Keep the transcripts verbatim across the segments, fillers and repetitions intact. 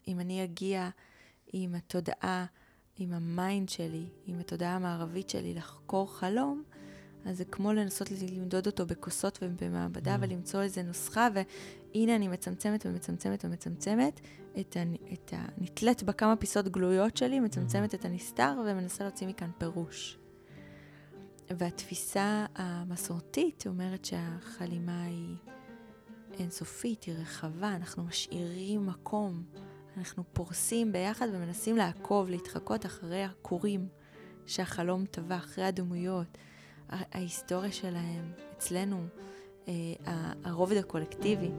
אם אני אגיע עם התודעה, עם המיינד שלי, עם התודעה המערבית שלי לחקור חלום, אז זה כמו לנסות למדוד אותו בכוסות ובמעבדה, Mm. ולמצוא איזה נוסחה, והנה אני מצמצמת ומצמצמת ומצמצמת, את, ה, את הנתלת בכמה פיסות גלויות שלי, מצמצמת את הנסתר, ומנסה להוציא מכאן פירוש. והתפיסה המסורתית אומרת שהחלימה היא אינסופית, היא רחבה, אנחנו משאירים מקום, אנחנו פורסים ביחד ומנסים לעקוב, להתחקות אחרי הקורים שהחלום טבע, אחרי הדמויות, ההיסטוריה שלהם, אצלנו, אה, הרובד הקולקטיבי.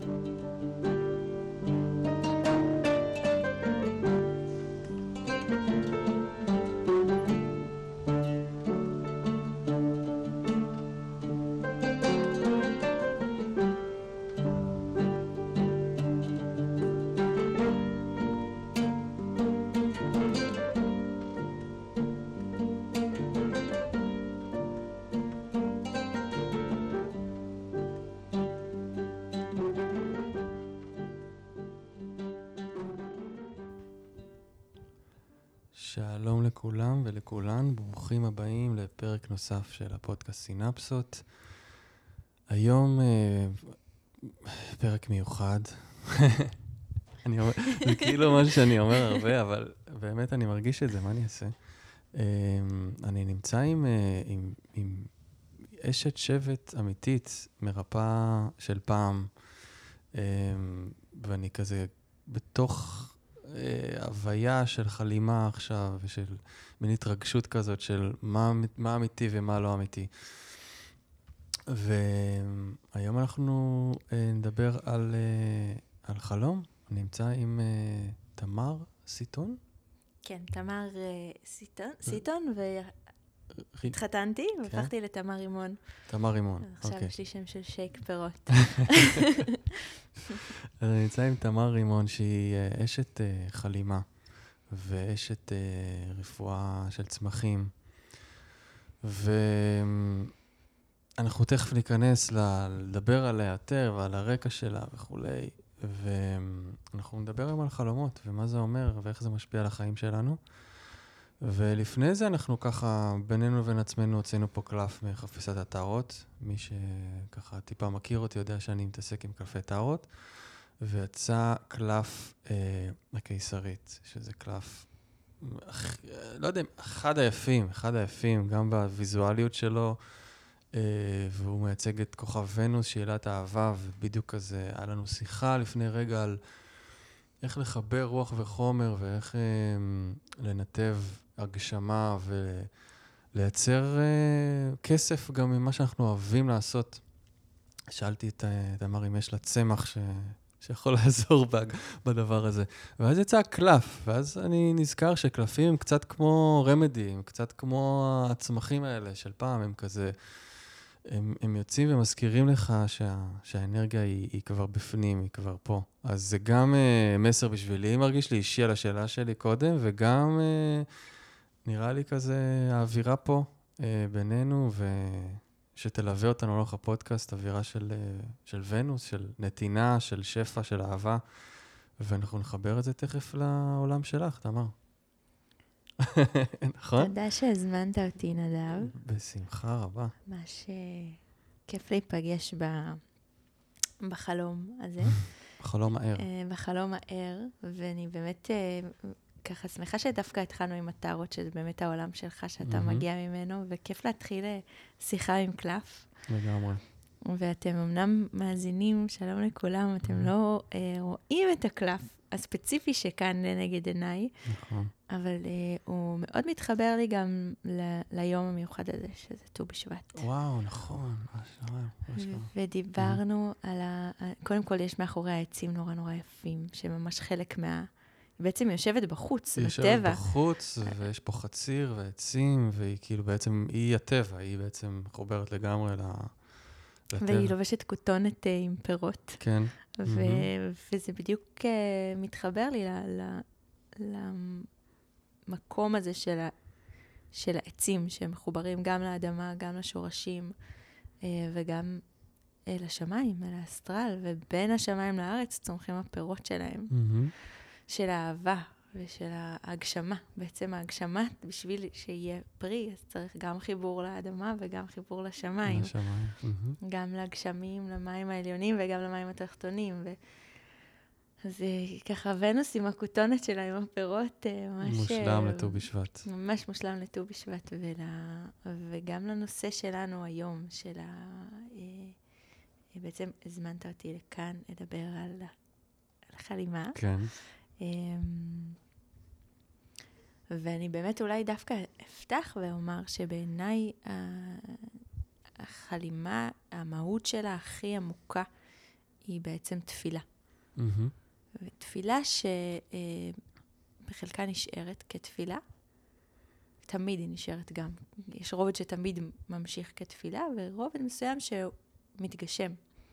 שלום לכולם ולכולן, ברוכים הבאים לפרק נוסף של הפודקאסט סינפסות. היום אה, פרק מיוחד. אני אומר, זה כאילו משהו שאני אומר הרבה, אבל באמת אני מרגיש את זה, מה אני אעשה? אה, אני נמצא עם, אה, עם, עם אשת שבט אמיתית, מרפאה של פעם, אה, ואני כזה בתוך הוויה של חלימה עכשיו, ושל מין התרגשות כזאת של מה, מה אמיתי ומה לא אמיתי. והיום אנחנו נדבר על, על חלום. אני נמצא עם תמר סיטון. כן, תמר סיטון, סיטון, והתחתנתי, והפכתי לתמר רימון. תמר רימון, עכשיו אוקיי. יש לי שם של שייק פירות. אני נמצא עם תמר רימון, שהיא אשת חלימה, ואשת רפואה של צמחים. ואנחנו תכף ניכנס לדבר עליה יותר ועל הרקע שלה וכולי, ואנחנו נדבר היום על חלומות ומה זה אומר ואיך זה משפיע על החיים שלנו. ולפני זה אנחנו ככה בינינו ובין עצמנו הוצאנו פה קלף מחפיסת הטהרות. מי שככה טיפה מכיר אותי יודע שאני מתעסק עם קלפי טהרות, ויצא קלף אה, הקיסרית, שזה קלף לא יודע, אחד היפים, אחד היפים, גם בוויזואליות שלו, והוא מייצג את כוכב ונוס, שאלת האהבה, ובדיוק כזה, היה לנו שיחה לפני רגע על איך לחבר רוח וחומר, ואיך לנתב הגשמה, ולייצר כסף גם ממה שאנחנו אוהבים לעשות. שאלתי את תמר אם יש לה צמח ש... שיכול לעזור בדבר הזה. ואז יצא קלף, ואז אני נזכר שקלפים הם קצת כמו רמדים, קצת כמו הצמחים האלה של פעם, הם כזה, הם, הם יוצאים ומזכירים לך שה, שהאנרגיה היא, היא כבר בפנים, היא כבר פה. אז זה גם uh, מסר בשבילי, מרגיש לי אישי על השאלה שלי קודם, וגם uh, נראה לי כזה האווירה פה uh, בינינו, ו... שתלווה אותנו לאורך הפודקאסט, אווירה של, של ונוס, של נתינה, של שפע, של אהבה, ואנחנו נחבר את זה תכף לעולם שלך, תמר. נכון? תודה שהזמנת אותי, נדב. בשמחה רבה. ממש כיף להיפגש ב... בחלום הזה. בחלום הער. בחלום הער, ואני באמת ככה שמחה שדווקא התחלנו עם הטהרות, שזה באמת העולם שלך, שאתה מגיע ממנו, וכיף להתחיל שיחה עם קלף. לגמרי. ואתם אמנם מאזינים, שלום לכולם, אתם לא רואים את הקלף הספציפי שכאן לנגד עיניי, אבל הוא מאוד מתחבר לי גם ליום המיוחד הזה, שזה ט"ו בשבט. וואו, נכון. ודיברנו על ה... קודם כל, יש מאחורי העצים נורא נורא יפים, שממש חלק מה... בעצם יושבת בחוץ, בטבע. יושבת בחוץ, ויש פה חציר ועצים, והיא כאילו בעצם, היא הטבע, היא בעצם חוברת לגמרי לטבע. והיא לובשת כותונת עם פירות. כן. וזה בדיוק מתחבר לי למקום הזה של העצים, שהם מחוברים גם לאדמה, גם לשורשים, וגם אל השמיים, אל האסטרל, ובין השמיים לארץ צומחים הפירות שלהם. של האהבה ושל ההגשמה. בעצם ההגשמה, בשביל שיהיה פרי, אז צריך גם חיבור לאדמה וגם חיבור לשמיים. לשמיים. גם לגשמים, למים העליונים וגם למים התחתונים. ו... אז ככה, ונוס עם הכותונת שלה, עם הפירות, ממש... מושלם לט"ו בשבט. ממש מושלם לט"ו בשבט, ול... וגם לנושא שלנו היום, של ה... בעצם הזמנת אותי לכאן לדבר על החלימה. כן. ואני באמת אולי דווקא אפתח ואומר שבעיניי החלימה, המהות שלה הכי עמוקה, היא בעצם תפילה. ותפילה שבחלקה נשארת כתפילה, תמיד היא נשארת גם. יש רובד שתמיד ממשיך כתפילה, ורובד מסוים שמתגשם.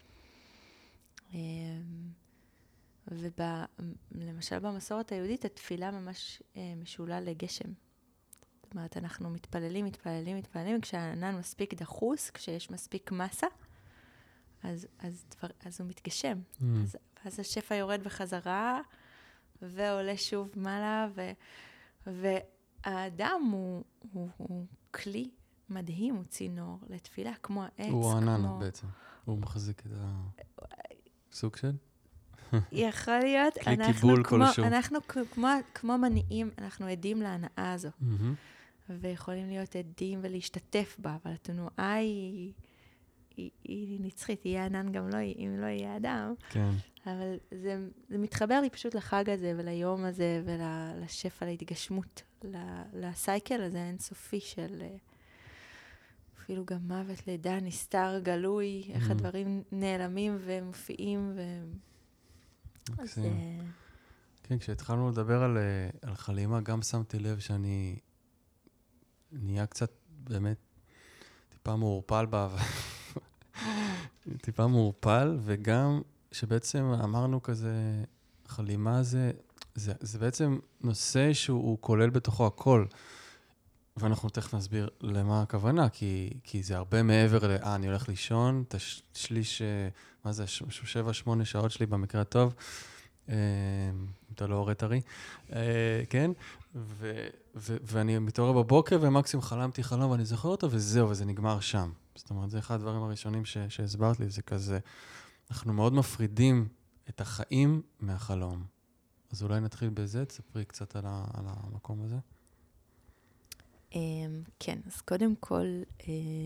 ולמשל במסורת היהודית, התפילה ממש משולה לגשם. זאת אומרת, אנחנו מתפללים, מתפללים, מתפללים, כשהענן מספיק דחוס, כשיש מספיק מסה, אז, אז, דבר, אז הוא מתגשם. Mm. אז, אז השפע יורד בחזרה, ועולה שוב מעלה, ו, והאדם הוא, הוא, הוא כלי מדהים, הוא צינור לתפילה, כמו העץ. הוא הענן כמו... בעצם. הוא מחזיק את הסוג של? יכול להיות. כלי קיבול כלשהו. אנחנו כמו, כמו מניעים, אנחנו עדים להנאה הזו. Mm-hmm. ויכולים להיות עדים ולהשתתף בה, אבל התנועה היא... היא, היא נצחית, יהיה ענן גם לא, אם לא יהיה אדם. כן. אבל זה, זה מתחבר לי פשוט לחג הזה, וליום הזה, ולשפע, להתגשמות, לסייקל הזה האינסופי של אפילו גם מוות, לידה, נסתר, גלוי, mm. איך הדברים נעלמים ומופיעים. ו... אז, כן, כשהתחלנו לדבר על, על חלימה, גם שמתי לב שאני נהיה קצת באמת טיפה מעורפל בעבר. טיפה מעורפל, וגם שבעצם אמרנו כזה, חלימה זה, זה, זה בעצם נושא שהוא כולל בתוכו הכל. ואנחנו תכף נסביר למה הכוונה, כי, כי זה הרבה מעבר ל, אה, אני הולך לישון, תשליש, מה זה, שבע, שמונה שעות שלי במקרה הטוב, אם אתה לא הורד טרי, כן? ו, ו, ואני מתעורר בבוקר, ומקסימום חלמתי חלום, ואני זוכר אותו, וזהו, וזה נגמר שם. זאת אומרת, זה אחד הדברים הראשונים ש, שהסברת לי, זה כזה, אנחנו מאוד מפרידים את החיים מהחלום. אז אולי נתחיל בזה, תספרי קצת על, ה, על המקום הזה. Um, כן, אז קודם כל, um,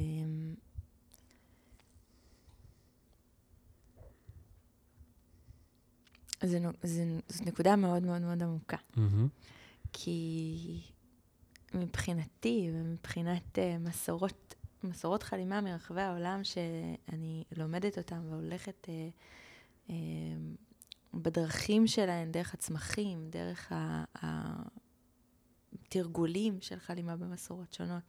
זה, זה, זו נקודה מאוד מאוד מאוד עמוקה. Mm-hmm. כי מבחינתי ומבחינת uh, מסורות, מסורות חלימה מרחבי העולם שאני לומדת אותם והולכת uh, uh, בדרכים שלהן, דרך הצמחים, דרך ה... ה תרגולים של חלימה במסורות שונות.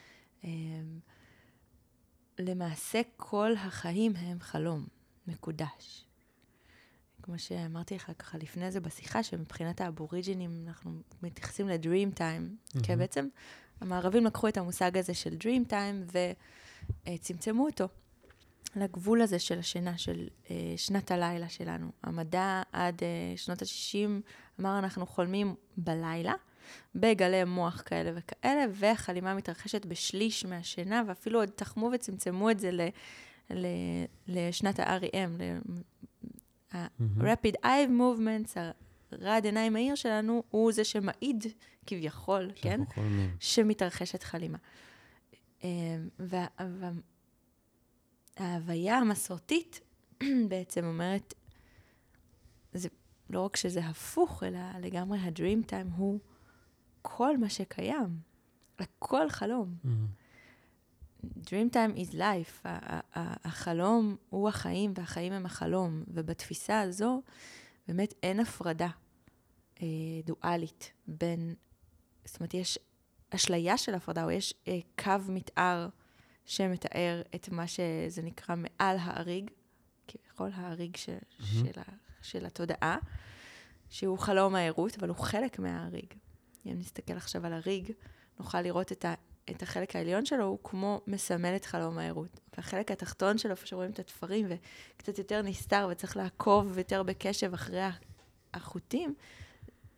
למעשה כל החיים הם חלום מקודש. כמו שאמרתי לך ככה לפני זה בשיחה, שמבחינת האבוריג'ינים אנחנו מתייחסים לדרים טיים, mm-hmm. כי בעצם המערבים לקחו את המושג הזה של דרים טיים וצמצמו אותו לגבול הזה של השינה, של uh, שנת הלילה שלנו. המדע עד uh, שנות ה-שישים אמר אנחנו חולמים בלילה, בגלי מוח כאלה וכאלה, והחלימה מתרחשת בשליש מהשינה, ואפילו עוד תחמו וצמצמו את זה ל, ל, לשנת ה-אר אי אם, ה-Rapid Eye Movements, הרד עיניים מהיר שלנו, הוא זה שמעיד כביכול, כן? חולמים. שמתרחשת חלימה. וההוויה המסורתית בעצם אומרת, זה לא רק שזה הפוך, אלא לגמרי ה-Dream Time הוא כל מה שקיים, הכל חלום. Mm-hmm. Dream time is life, החלום הוא החיים והחיים הם החלום, ובתפיסה הזו באמת אין הפרדה אה, דואלית בין, זאת אומרת יש אשליה של הפרדה, או יש אה, קו מתאר שמתאר את מה שזה נקרא מעל האריג, כביכול האריג ש, mm-hmm. של, ה, של התודעה, שהוא חלום העירות, אבל הוא חלק מהאריג. אם נסתכל עכשיו על הריג, נוכל לראות את, ה, את החלק העליון שלו, הוא כמו מסמל את חלום העירות. והחלק התחתון שלו, איפה שרואים את התפרים, וקצת יותר נסתר, וצריך לעקוב יותר בקשב אחרי החוטים,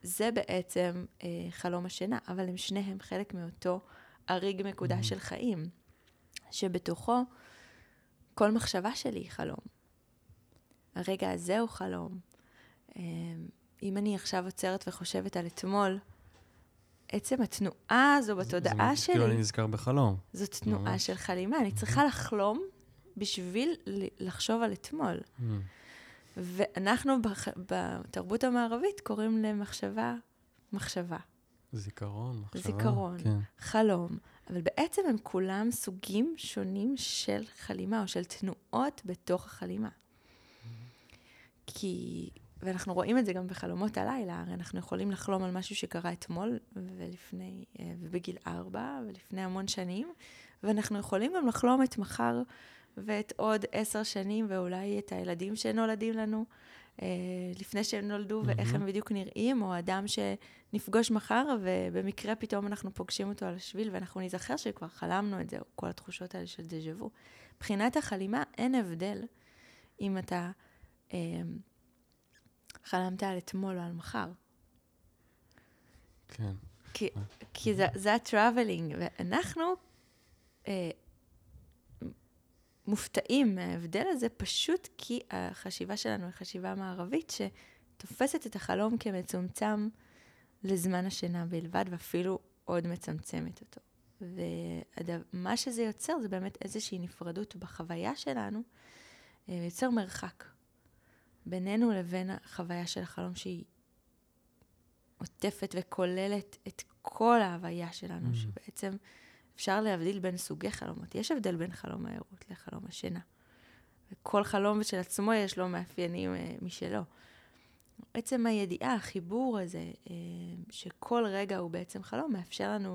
זה בעצם אה, חלום השינה, אבל הם שניהם חלק מאותו הריג מקודש mm-hmm. של חיים, שבתוכו כל מחשבה שלי היא חלום. הרגע הזה הוא חלום. אה, אם אני עכשיו עוצרת וחושבת על אתמול, עצם התנועה הזו בתודעה זה שלי... זה כאילו אני נזכר בחלום. זו תנועה ממש. של חלימה. אני צריכה לחלום בשביל לחשוב על אתמול. Mm. ואנחנו בח... בתרבות המערבית קוראים למחשבה מחשבה. זיכרון, מחשבה. זיכרון, כן. חלום. אבל בעצם הם כולם סוגים שונים של חלימה, או של תנועות בתוך החלימה. Mm. כי... ואנחנו רואים את זה גם בחלומות הלילה, הרי אנחנו יכולים לחלום על משהו שקרה אתמול, ולפני, ובגיל ארבע, ולפני המון שנים, ואנחנו יכולים גם לחלום את מחר, ואת עוד עשר שנים, ואולי את הילדים שנולדים לנו, לפני שהם נולדו, ואיך הם בדיוק נראים, או אדם שנפגוש מחר, ובמקרה פתאום אנחנו פוגשים אותו על השביל, ואנחנו נזכר שכבר חלמנו את זה, או כל התחושות האלה של דז'ה-וו. מבחינת החלימה, אין הבדל אם אתה... חלמת על אתמול או על מחר. כן. כי, כי זה, זה הטראבלינג, ואנחנו אה, מופתעים מההבדל הזה, פשוט כי החשיבה שלנו היא חשיבה מערבית, שתופסת את החלום כמצומצם לזמן השינה בלבד, ואפילו עוד מצמצמת אותו. ומה שזה יוצר, זה באמת איזושהי נפרדות בחוויה שלנו, אה, יוצר מרחק. בינינו לבין החוויה של החלום שהיא עוטפת וכוללת את כל ההוויה שלנו, mm. שבעצם אפשר להבדיל בין סוגי חלומות. יש הבדל בין חלום הערות לחלום השינה. וכל חלום של עצמו יש לו מאפיינים uh, משלו. בעצם הידיעה, החיבור הזה, uh, שכל רגע הוא בעצם חלום, מאפשר לנו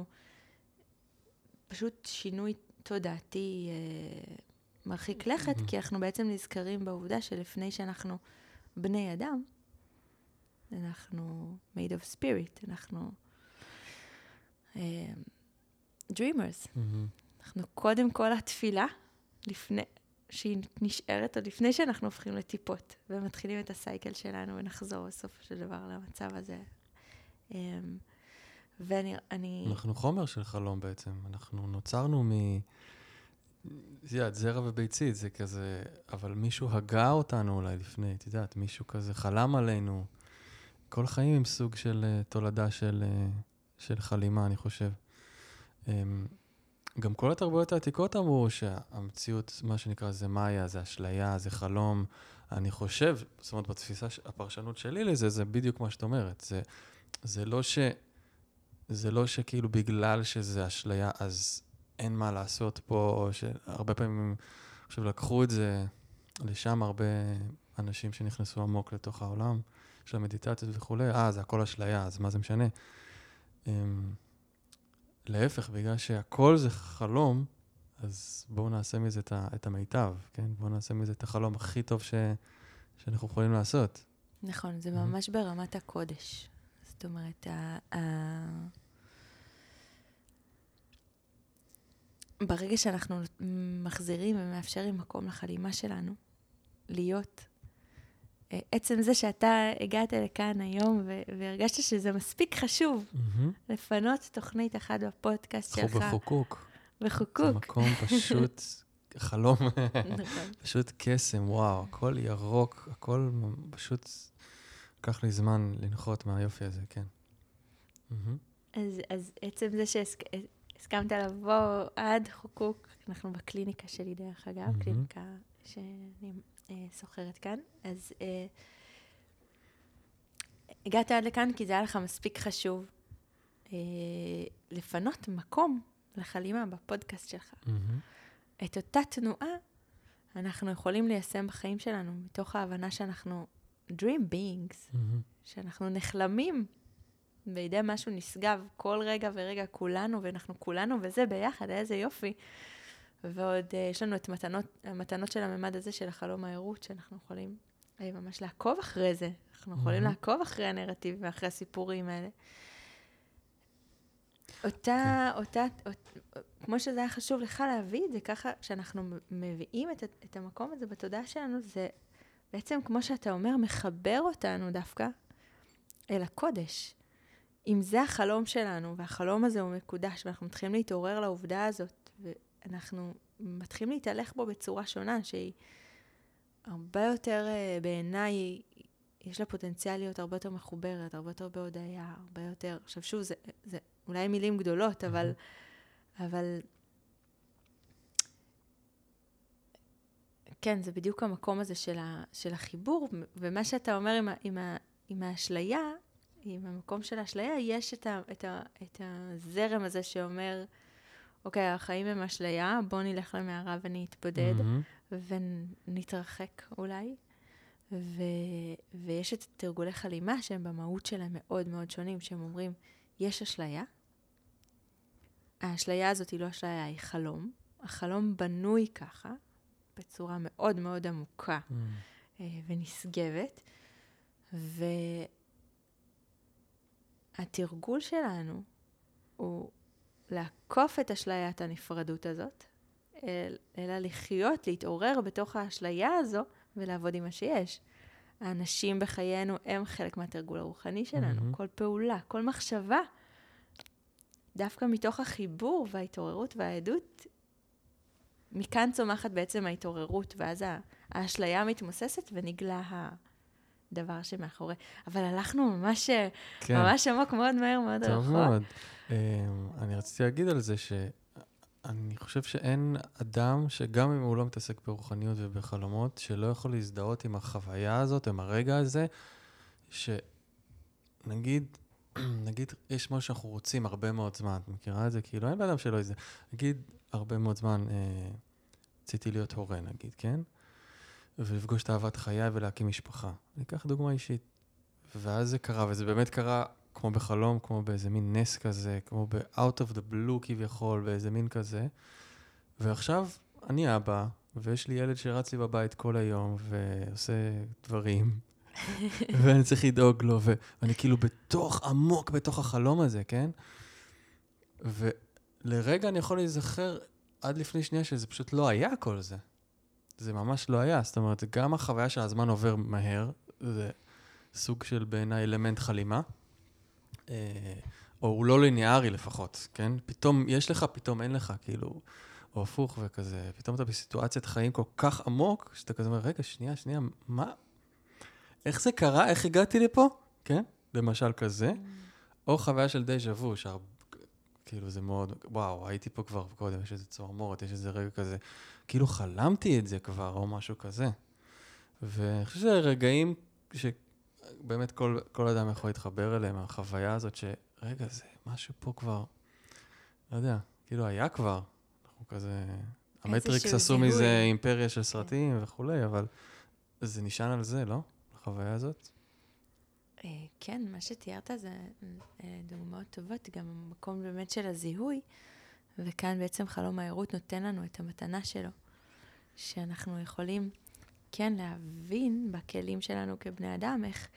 פשוט שינוי תודעתי uh, מרחיק לכת, mm-hmm. כי אנחנו בעצם נזכרים בעובדה שלפני שאנחנו בני אדם, אנחנו made of spirit, אנחנו uh, dreamers. Mm-hmm. אנחנו קודם כל התפילה, לפני, שהיא נשארת עוד לפני שאנחנו הופכים לטיפות, ומתחילים את הסייקל שלנו, ונחזור בסופו של דבר למצב הזה. Um, ואני... אני... אנחנו חומר של חלום בעצם. אנחנו נוצרנו מ... זה יודעת, זרע וביצית, זה כזה, אבל מישהו הגה אותנו אולי לפני, את יודעת, מישהו כזה חלם עלינו. כל חיים עם סוג של uh, תולדה של, uh, של חלימה, אני חושב. Um, גם כל התרבויות העתיקות אמרו שהמציאות, מה שנקרא, זה מאיה, זה אשליה, זה חלום. אני חושב, זאת אומרת, בתפיסה, הפרשנות שלי לזה, זה בדיוק מה שאת אומרת. זה, זה לא ש... זה לא שכאילו בגלל שזה אשליה, אז... אין מה לעשות פה, או שהרבה פעמים, עכשיו לקחו את זה לשם, הרבה אנשים שנכנסו עמוק לתוך העולם, של המדיטציות וכו', אה, זה הכל אשליה, אז מה זה משנה? Um, להפך, בגלל שהכל זה חלום, אז בואו נעשה מזה את, ה, את המיטב, כן? בואו נעשה מזה את החלום הכי טוב ש, שאנחנו יכולים לעשות. נכון, זה ממש ברמת הקודש. זאת אומרת, ה... ה... ברגע שאנחנו מחזירים ומאפשרים מקום לחלימה שלנו, להיות, עצם זה שאתה הגעת לכאן היום והרגשת שזה מספיק חשוב, לפנות תוכנית אחת בפודקאסט שלך. בחוקוק. בחוקוק. זה מקום פשוט חלום, פשוט קסם, וואו, הכל ירוק, הכל פשוט, לקח לי זמן לנחות מהיופי הזה, כן. אז עצם זה שהסכ... הסכמת לבוא עד חוקוק, אנחנו בקליניקה שלי דרך אגב, mm-hmm. קליניקה שאני אה, סוחרת כאן, אז אה, הגעת עד לכאן כי זה היה לך מספיק חשוב אה, לפנות מקום לחלימה בפודקאסט שלך. Mm-hmm. את אותה תנועה אנחנו יכולים ליישם בחיים שלנו, מתוך ההבנה שאנחנו dream beings, mm-hmm. שאנחנו נחלמים, בידי משהו נשגב, כל רגע ורגע כולנו, ואנחנו כולנו, וזה ביחד, איזה יופי. ועוד uh, יש לנו את מתנות, המתנות של הממד הזה, של החלום הערות, שאנחנו יכולים uh, ממש לעקוב אחרי זה. אנחנו mm-hmm. יכולים לעקוב אחרי הנרטיב ואחרי הסיפורים האלה. אותה, okay. אותה, אות, כמו שזה היה חשוב לך להביא את זה, ככה שאנחנו מביאים את, את המקום הזה בתודעה שלנו, זה בעצם, כמו שאתה אומר, מחבר אותנו דווקא אל הקודש. אם זה החלום שלנו, והחלום הזה הוא מקודש, ואנחנו מתחילים להתעורר לעובדה הזאת, ואנחנו מתחילים להתהלך בו בצורה שונה, שהיא הרבה יותר, בעיניי, יש לה פוטנציאל להיות הרבה יותר מחוברת, הרבה יותר בהודעה, הרבה יותר, עכשיו שוב, זה, זה אולי מילים גדולות, אבל, אבל, כן, זה בדיוק המקום הזה של, ה, של החיבור, ומה שאתה אומר עם, ה, עם, ה, עם האשליה, עם המקום של האשליה, יש את, ה, את, ה, את הזרם הזה שאומר, אוקיי, החיים הם אשליה, בוא נלך למערה ונתבודד, mm-hmm. ונתרחק אולי. ו... ויש את תרגולי חלימה שהם במהות שלהם מאוד מאוד שונים, שהם אומרים, יש אשליה, האשליה הזאת היא לא אשליה, היא חלום, החלום בנוי ככה, בצורה מאוד מאוד עמוקה mm. ונשגבת, והתרגול שלנו הוא לעקוף את אשליית הנפרדות הזאת, אל... אלא לחיות, להתעורר בתוך האשליה הזו, ולעבוד עם מה שיש. האנשים בחיינו הם חלק מהתרגול הרוחני שלנו. Mm-hmm. כל פעולה, כל מחשבה, דווקא מתוך החיבור וההתעוררות והעדות, מכאן צומחת בעצם ההתעוררות, ואז האשליה מתמוססת ונגלה הדבר שמאחורי. אבל הלכנו ממש, כן. ממש עמוק מאוד מהר, מאוד רחוק. טוב מאוד. Um, אני רציתי להגיד על זה ש... אני חושב שאין אדם שגם אם הוא לא מתעסק ברוחניות ובחלומות, שלא יכול להזדהות עם החוויה הזאת, עם הרגע הזה, שנגיד, נגיד, יש משהו שאנחנו רוצים הרבה מאוד זמן, את מכירה את זה? כאילו, אין באדם שלא איזה. נגיד, הרבה מאוד זמן, אה, רציתי להיות הורה, נגיד, כן? ולפגוש את אהבת חיי ולהקים משפחה. אני אקח דוגמה אישית. ואז זה קרה, וזה באמת קרה כמו בחלום, כמו באיזה מין נס כזה, כמו ב-out of the blue כביכול, באיזה מין כזה. ועכשיו אני אבא, ויש לי ילד שרץ לי בבית כל היום, ועושה דברים, ואני צריך לדאוג לו, ואני כאילו בתוך, עמוק בתוך החלום הזה, כן? ולרגע אני יכול להיזכר עד לפני שנייה שזה פשוט לא היה כל זה. זה ממש לא היה. זאת אומרת, גם החוויה של הזמן עובר מהר, זה סוג של בעיניי אלמנט חלימה, או הוא לא ליניארי לפחות, כן? פתאום יש לך, פתאום אין לך, כאילו, או הפוך וכזה. פתאום אתה בסיטואציית חיים כל כך עמוק, שאתה כזה אומר, רגע, שנייה, שנייה, מה? איך זה קרה? איך הגעתי לפה? כן? למשל כזה. או חוויה של דז'ה וו, שהרבה, כאילו זה מאוד, וואו, הייתי פה כבר קודם, יש איזה צמרמורת, יש איזה רגע כזה. כאילו חלמתי את זה כבר, או משהו כזה. ואני חושב שזה רגעים שבאמת כל, כל אדם יכול להתחבר אליהם, החוויה הזאת שרגע, זה משהו פה כבר, לא יודע, כאילו היה כבר. אנחנו כזה, המטריקס עשו מזה אימפריה של סרטים וכולי, אבל זה נשען על זה, לא? החוויה הזאת? כן, מה שתיארת זה דוגמאות טובות, גם המקום באמת של הזיהוי, וכאן בעצם חלום העירות נותן לנו את המתנה שלו, שאנחנו יכולים כן להבין בכלים שלנו כבני אדם, איך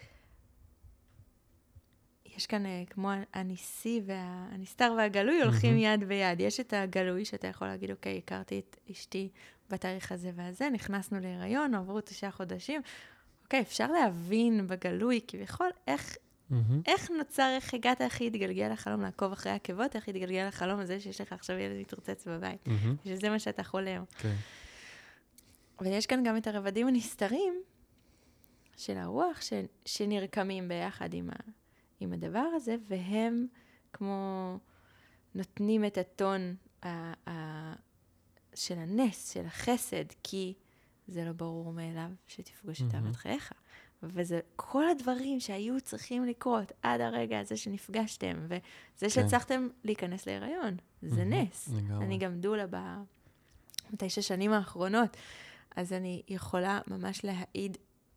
יש כאן כמו הניסי והנסתר והגלוי הולכים יד ביד. יש את הגלוי שאתה יכול להגיד, אוקיי, הכרתי את אשתי בתאריך הזה והזה, נכנסנו להיריון, עברו תשעה חודשים, אוקיי, אפשר להבין בגלוי כביכול איך, mm-hmm. איך נוצר, איך הגעת, איך התגלגל לחלום לעקוב אחרי עקבות, איך התגלגל לחלום הזה שיש לך עכשיו ילד מתרוצץ בבית, mm-hmm. שזה מה שאתה חולם. כן. Okay. ויש כאן גם את הרבדים הנסתרים של הרוח ש, שנרקמים ביחד עם, ה, עם הדבר הזה, והם כמו נותנים את הטון ה, ה, של הנס, של החסד, כי זה לא ברור מאליו שתפגוש את אהבת חייך. וזה כל הדברים שהיו צריכים לקרות עד הרגע הזה שנפגשתם, וזה שהצלחתם להיכנס להיריון. זה נס. אני גם דולה בתשע שנים האחרונות, אז אני יכולה ממש להעיד,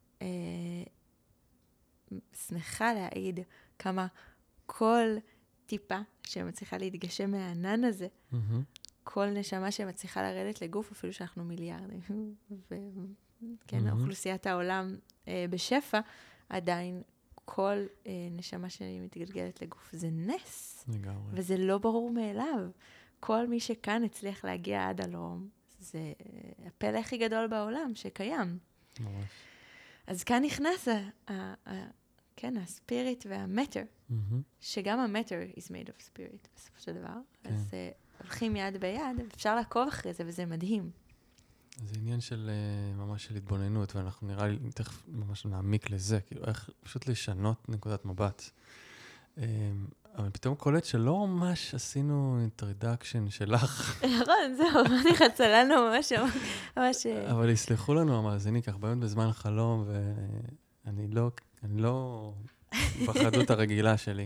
שמחה להעיד כמה כל טיפה שמצליחה להתגשם מהענן הזה, כל נשמה שמצליחה לרדת לגוף, אפילו שאנחנו מיליארדים, וכן, אוכלוסיית העולם אה, בשפע, עדיין כל אה, נשמה שמתגלגלת לגוף, זה נס. לגמרי. וזה לא ברור מאליו. כל מי שכאן הצליח להגיע עד הלום, זה הפלא הכי גדול בעולם שקיים. ממש. אז כאן נכנס, ה- ה- ה- כן, הספיריט והמטר, שגם ה-matter is made of spirit, בסופו של דבר. אז הולכים יד ביד, אפשר לעקוב אחרי זה, וזה מדהים. זה עניין של ממש של התבוננות, ואנחנו נראה לי תכף ממש נעמיק לזה, כאילו איך פשוט לשנות נקודת מבט. אבל פתאום קולט שלא ממש עשינו אינטרדקשן שלך. נכון, זהו, אני חצה לנו ממש, ממש... אבל יסלחו לנו המאזינים, כך באמת בזמן חלום, ואני לא, אני לא בחדות הרגילה שלי.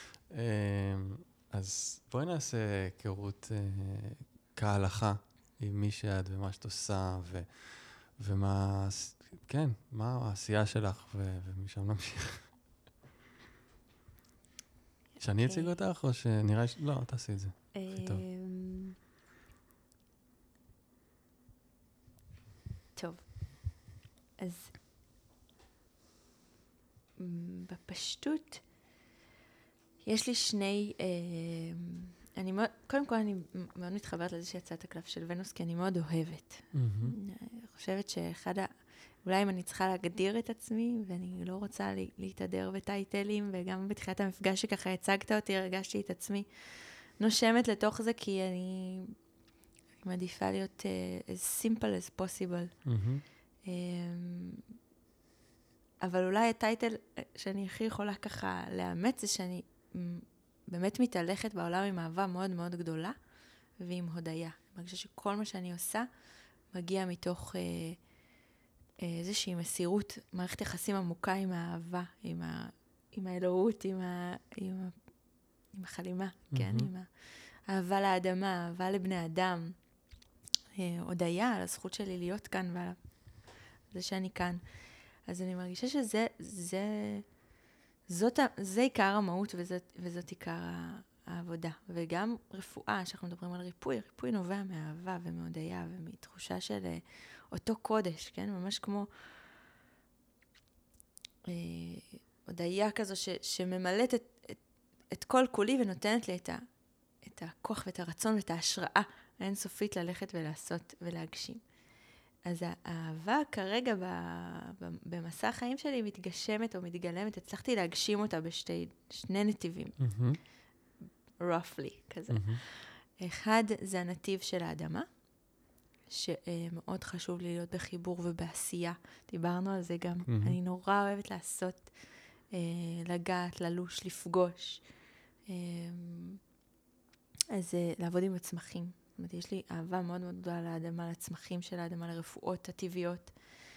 אז בואי נעשה היכרות כהלכה עם מי שאת ומה שאת עושה, ו, ומה, כן, מה העשייה שלך, ו, ומשם נמשיך. שאני אציג אותך, או שנראה ש... לא, תעשי את זה. הכי טוב. טוב. אז בפשטות, יש לי שני... אני מאוד, קודם כל אני מאוד מתחברת לזה שיצאת הקלף של ונוס, כי אני מאוד אוהבת. אני חושבת שאחד ה... אולי אם אני צריכה להגדיר את עצמי, ואני לא רוצה להתהדר בטייטלים, וגם בתחילת המפגש שככה הצגת אותי, הרגשתי את עצמי נושמת לתוך זה, כי אני, אני מעדיפה להיות uh, as simple as possible. Mm-hmm. Um, אבל אולי הטייטל שאני הכי יכולה ככה לאמץ, זה שאני באמת מתהלכת בעולם עם אהבה מאוד מאוד גדולה, ועם הודיה. אני מרגישה שכל מה שאני עושה מגיע מתוך... Uh, איזושהי מסירות, מערכת יחסים עמוקה עם האהבה, עם, ה, עם האלוהות, עם, ה, עם, ה, עם החלימה, mm-hmm. כן? עם האהבה לאדמה, אהבה לבני אדם, הודיה על הזכות שלי להיות כאן ועל זה שאני כאן. אז אני מרגישה שזה, זה, זאת, זה עיקר המהות וזאת, וזאת עיקר העבודה. וגם רפואה, שאנחנו מדברים על ריפוי, ריפוי נובע מאהבה ומהודיה ומתחושה של... אותו קודש, כן? ממש כמו אה, הודיה כזו ש, שממלאת את, את, את כל כולי ונותנת לי את, ה, את הכוח ואת הרצון ואת ההשראה האינסופית ללכת ולעשות ולהגשים. אז האהבה כרגע ב, ב, במסע החיים שלי מתגשמת או מתגלמת, הצלחתי להגשים אותה בשתי שני נתיבים. Mm-hmm. roughly, כזה. Mm-hmm. אחד זה הנתיב של האדמה, שמאוד חשוב לי להיות בחיבור ובעשייה. דיברנו על זה גם. Mm-hmm. אני נורא אוהבת לעשות, אה, לגעת, ללוש, לפגוש. אה, אז אה, לעבוד עם הצמחים. זאת אומרת, יש לי אהבה מאוד מאוד גדולה לאדמה, לצמחים של האדמה, לרפואות הטבעיות.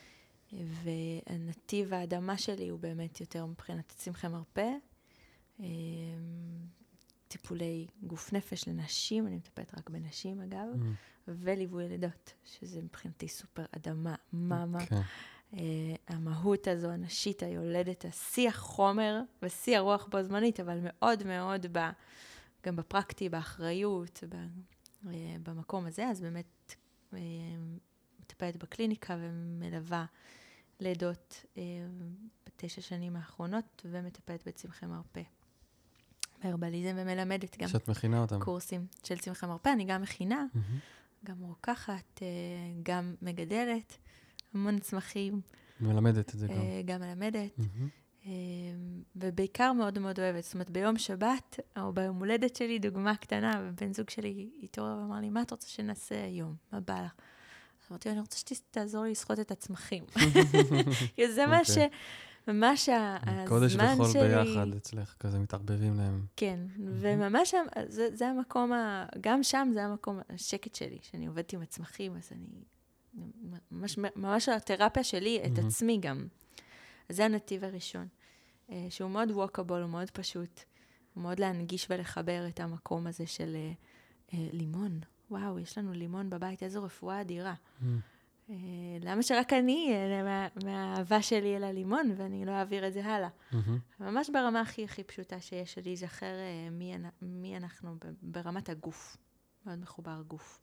והנתיב האדמה שלי הוא באמת יותר מבחינת צמחי מרפא. אה, טיפולי גוף נפש לנשים, אני מטפלת רק בנשים אגב, mm. וליווי לידות, שזה מבחינתי סופר אדמה, מאמה. Okay. Uh, המהות הזו, הנשית, היולדת, השיח חומר ושיא הרוח בו זמנית, אבל מאוד מאוד ב, גם בפרקטי, באחריות, ב, uh, במקום הזה, אז באמת uh, מטפלת בקליניקה ומלווה לידות uh, בתשע שנים האחרונות, ומטפלת בצמחי מרפא. הרבליזם ומלמדת גם. שאת מכינה אותם. קורסים של צמחי מרפא, אני גם מכינה, mm-hmm. גם רוקחת, גם מגדלת, המון צמחים. מלמדת את זה גם. גם מלמדת, mm-hmm. ובעיקר מאוד מאוד אוהבת. זאת אומרת, ביום שבת, או ביום הולדת שלי, דוגמה קטנה, ובן זוג שלי התעורר ואמר לי, מה את רוצה שנעשה היום? מה בא לך? אז אמרתי, אני רוצה שתעזור לי לשחות את הצמחים. כי זה מה ש... ממש הזמן קודש שלי... וחול ביחד אצלך, כזה מתערבבים להם. כן, וממש זה, זה המקום, ה... גם שם זה המקום השקט שלי, שאני עובדת עם הצמחים, אז אני... ממש, ממש התרפיה שלי, את עצמי גם. אז זה הנתיב הראשון, שהוא מאוד ווקאבול, הוא מאוד פשוט, הוא מאוד להנגיש ולחבר את המקום הזה של לימון. וואו, יש לנו לימון בבית, איזו רפואה אדירה. למה שרק אני, מהאהבה שלי אל הלימון, ואני לא אעביר את זה הלאה. ממש ברמה הכי הכי פשוטה שיש, לי זכר מי אנחנו ברמת הגוף. מאוד מחובר גוף.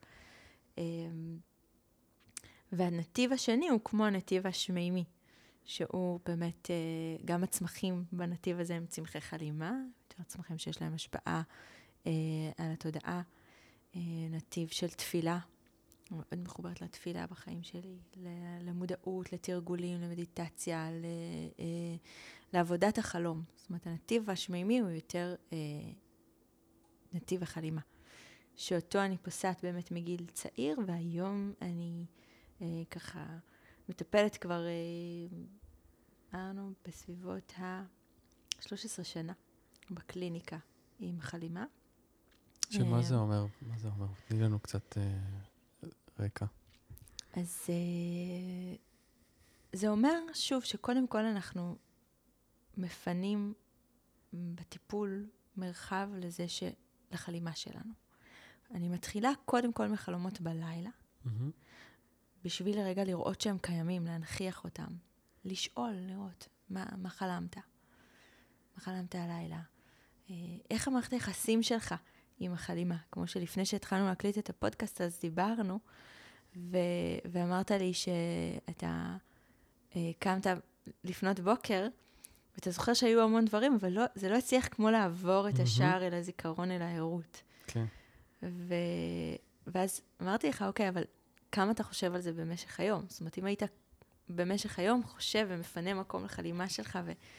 והנתיב השני הוא כמו הנתיב השמימי, שהוא באמת, גם הצמחים בנתיב הזה הם צמחי חלימה, יותר צמחים שיש להם השפעה על התודעה, נתיב של תפילה, מאוד מחוברת לתפילה בחיים שלי, למודעות, לתרגולים, למדיטציה, לעבודת החלום. זאת אומרת, הנתיב השמימי הוא יותר אה, נתיב החלימה. שאותו אני פוסעת באמת מגיל צעיר, והיום אני אה, ככה מטפלת כבר, אמרנו, אה, בסביבות ה-שלוש עשרה שנה בקליניקה עם חלימה. שמה אה, זה אומר? מה זה אומר? תני לנו קצת אה, רקע. אז אה, זה אומר, שוב, שקודם כל אנחנו מפנים בטיפול מרחב לזה ש... לחלימה שלנו. אני מתחילה קודם כל מחלומות בלילה, Mm-hmm. בשביל לרגע לראות שהם קיימים, להנכיח אותם, לשאול, לראות מה, מה חלמת, מה חלמת הלילה, אה, איך המערכת היחסים שלך עם החלימה, כמו שלפני שהתחלנו להקליט את הפודקאסט, אז דיברנו, ו- ואמרת לי שאתה אה, קמת לפנות בוקר, ואתה זוכר שהיו המון דברים, אבל לא, זה לא הצליח כמו לעבור את השער אל הזיכרון, אל הערות. כן. ו... ואז אמרתי לך, אוקיי, אבל כמה אתה חושב על זה במשך היום? זאת אומרת, אם היית במשך היום חושב ומפנה מקום לחלימה שלך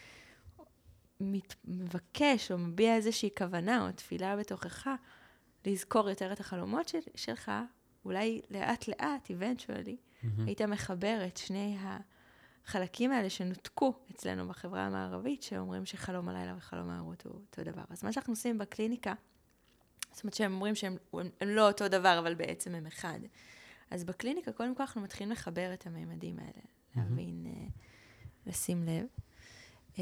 ומבקש או מביע איזושהי כוונה או תפילה בתוכך, לזכור יותר את החלומות של, שלך, אולי לאט לאט, eventually, Mm-hmm. היית מחבר את שני החלקים האלה שנותקו אצלנו בחברה המערבית, שאומרים שחלום הלילה וחלום הערות הוא אותו דבר. אז מה שאנחנו עושים בקליניקה, זאת אומרת שהם אומרים שהם הם, הם לא אותו דבר, אבל בעצם הם אחד. אז בקליניקה, קודם כל אנחנו מתחילים לחבר את הממדים האלה, mm-hmm. להבין, uh, לשים לב. Um,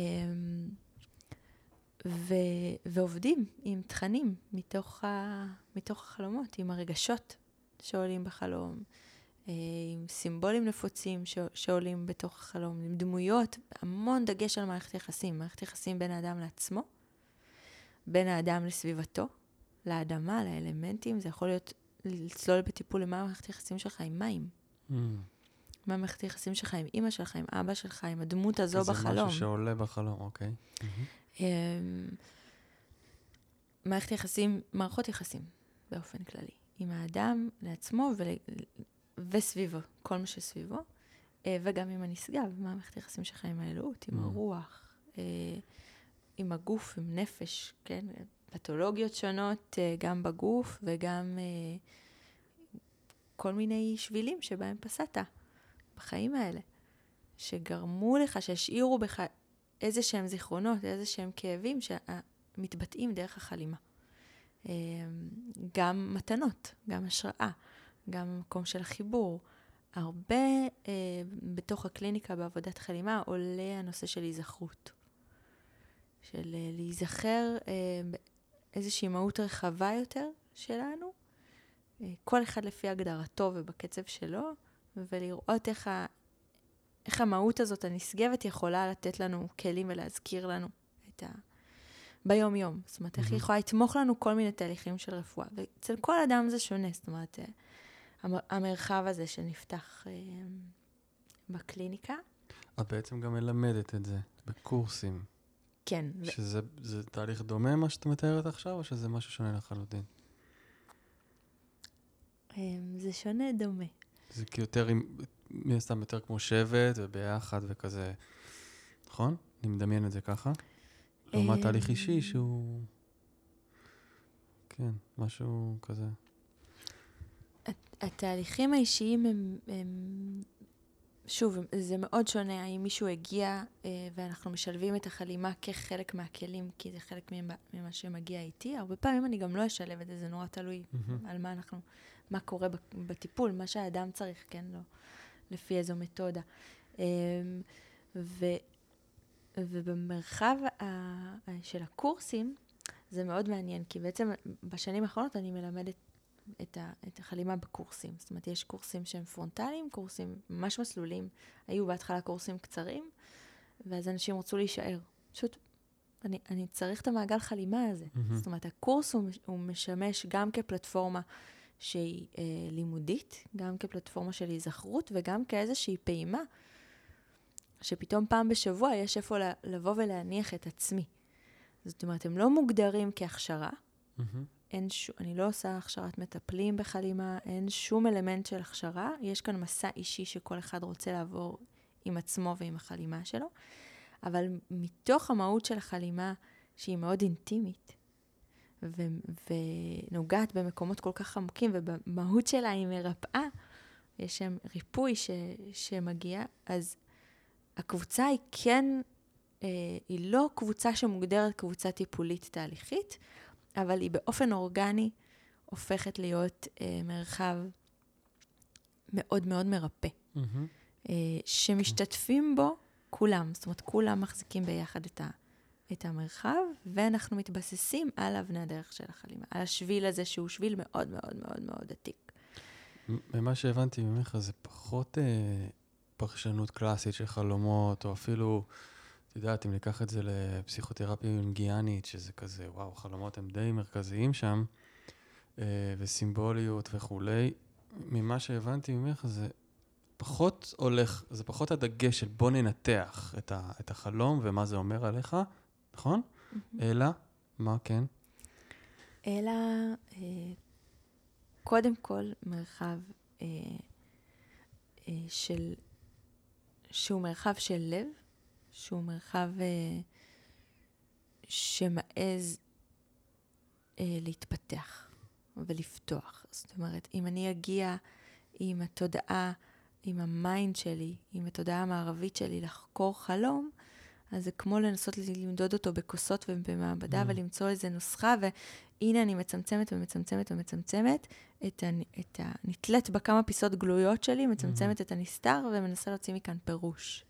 ו, ועובדים עם תכנים מתוך, ה, מתוך החלומות, עם הרגשות שעולים בחלום, עם סימבולים נפוצים ש, שעולים בתוך החלום, עם דמויות, המון דגש על מערכת יחסים, מערכת יחסים בין האדם לעצמו, בין האדם לסביבתו, לאדמה, לאלמנטים, זה יכול להיות לצלול בטיפול למה מערכת יחסים שלך עם מים. Mm. מה מערכת יחסים שלך עם אמא שלך, עם אבא שלך, עם הדמות הזו זה בחלום. זה משהו שעולה בחלום, אוקיי. Mm-hmm. מערכת יחסים, מערכות יחסים, באופן כללי. עם האדם לעצמו ול... וסביבו, כל מה שסביבו, וגם עם הנשגב, מה מערכת יחסים שלך עם האלוהות, עם mm. הרוח, עם הגוף, עם נפש, כן? פתולוגיות שונות, גם בגוף וגם כל מיני שבילים שבהם פסעת בחיים האלה, שגרמו לך, שהשאירו בך איזה שהם זיכרונות, איזה שהם כאבים שמתבטאים דרך החלימה. גם מתנות, גם השראה, גם מקום של החיבור. הרבה בתוך הקליניקה בעבודת חלימה עולה הנושא של היזכרות. של להיזכר איזושהי מהות רחבה יותר שלנו, כל אחד לפי הגדרתו ובקצב שלו, ולראות איך, ה, איך המהות הזאת הנשגבת יכולה לתת לנו כלים ולהזכיר לנו את ה... ביום יום. זאת אומרת, איך היא יכולה לתמוך לנו כל מיני תהליכים של רפואה. ואצל כל אדם זה שונה, זאת אומרת, המרחב הזה שנפתח בקליניקה. את בעצם גם מלמדת את זה בקורסים. כן. שזה זה תהליך דומה מה שאתה מתארת עכשיו, או שזה משהו שונה לחלוטין? זה שונה דומה. זה יותר, מי הסתם יותר כמו שבט וביחד וכזה, נכון? אני מדמיין את זה ככה. לעומת תהליך אישי שהוא, כן, משהו כזה. התהליכים האישיים הם, הם שוב, זה מאוד שונה, האם מישהו הגיע אה, ואנחנו משלבים את החלימה כחלק מהכלים, כי זה חלק ממה שמגיע איתי. הרבה פעמים אני גם לא אשלב את זה, זה נורא תלוי mm-hmm. על מה אנחנו, מה קורה בטיפול, מה שהאדם צריך, כן, לא, לפי איזו מתודה. אה, ו, ובמרחב ה, של הקורסים, זה מאוד מעניין, כי בעצם בשנים האחרונות אני מלמדת את, ה, את החלימה בקורסים. זאת אומרת, יש קורסים שהם פרונטליים, קורסים ממש מסלולים. היו בהתחלה קורסים קצרים, ואז אנשים רצו להישאר. פשוט, אני, אני צריך את המעגל חלימה הזה. Mm-hmm. זאת אומרת, הקורס הוא, הוא משמש גם כפלטפורמה שהיא אה, לימודית, גם כפלטפורמה של היזכרות, וגם כאיזושהי פעימה, שפתאום פעם בשבוע יש איפה לבוא ולהניח את עצמי. זאת אומרת, הם לא מוגדרים כהכשרה, mm-hmm. אין ש... אני לא עושה הכשרת מטפלים בחלימה, אין שום אלמנט של הכשרה, יש כאן מסע אישי שכל אחד רוצה לעבור עם עצמו ועם החלימה שלו, אבל מתוך המהות של החלימה, שהיא מאוד אינטימית, ו- ונוגעת במקומות כל כך עמוקים, ובמהות שלה היא מרפאה, יש שם ריפוי ש- שמגיע, אז הקבוצה היא כן, אה, היא לא קבוצה שמוגדרת קבוצה טיפולית תהליכית, אבל היא באופן אורגני הופכת להיות אה, מרחב מאוד מאוד מרפא, Mm-hmm. אה, שמשתתפים בו כולם, זאת אומרת, כולם מחזיקים ביחד את, ה, את המרחב, ואנחנו מתבססים על אבני הדרך של החלימה, על השביל הזה שהוא שביל מאוד מאוד מאוד מאוד עתיק. ממה שהבנתי ממך זה פחות אה, פרשנות קלאסית של חלומות, או אפילו, את יודעת, אם ניקח את זה לפסיכותרפיה יונגיאנית, שזה כזה, וואו, חלומות הם די מרכזיים שם, אה, וסימבוליות וכולי. ממה שהבנתי ממך זה פחות הולך, זה פחות הדגש של בוא ננתח את, ה, את החלום ומה זה אומר עליך, נכון? Mm-hmm. אלא, מה כן? אלא, אה, קודם כל, מרחב אה, אה, של, שהוא מרחב של לב, שהוא מרחב אה, שמעז אה, להתפתח ולפתוח. זאת אומרת, אם אני אגיע עם התודעה, עם המיינד שלי, עם התודעה המערבית שלי לחקור חלום, אז זה כמו לנסות למדוד אותו בכוסות ובמעבדה, mm. ולמצוא איזה נוסחה, והנה אני מצמצמת ומצמצמת ומצמצמת, את, ה, את ה, נתלת בכמה פיסות גלויות שלי, מצמצמת mm-hmm. את הנסתר, ומנסה להוציא מכאן פירוש.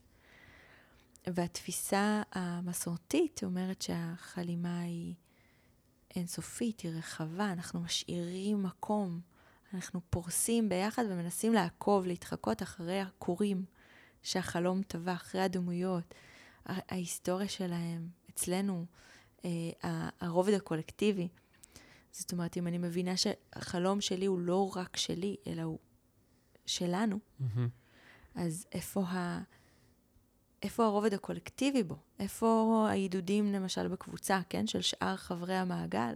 והתפיסה המסורתית אומרת שהחלימה היא אינסופית, היא רחבה, אנחנו משאירים מקום, אנחנו פורסים ביחד ומנסים לעקוב, להתחקות אחרי הקורים שהחלום טבע, אחרי הדמויות, ההיסטוריה שלהם, אצלנו, אה, הרובד הקולקטיבי. זאת אומרת, אם אני מבינה שהחלום שלי הוא לא רק שלי, אלא הוא שלנו, mm-hmm. אז איפה, ה, איפה הרובד הקולקטיבי בו? איפה העידודים, למשל, בקבוצה, כן? של שאר חברי המעגל?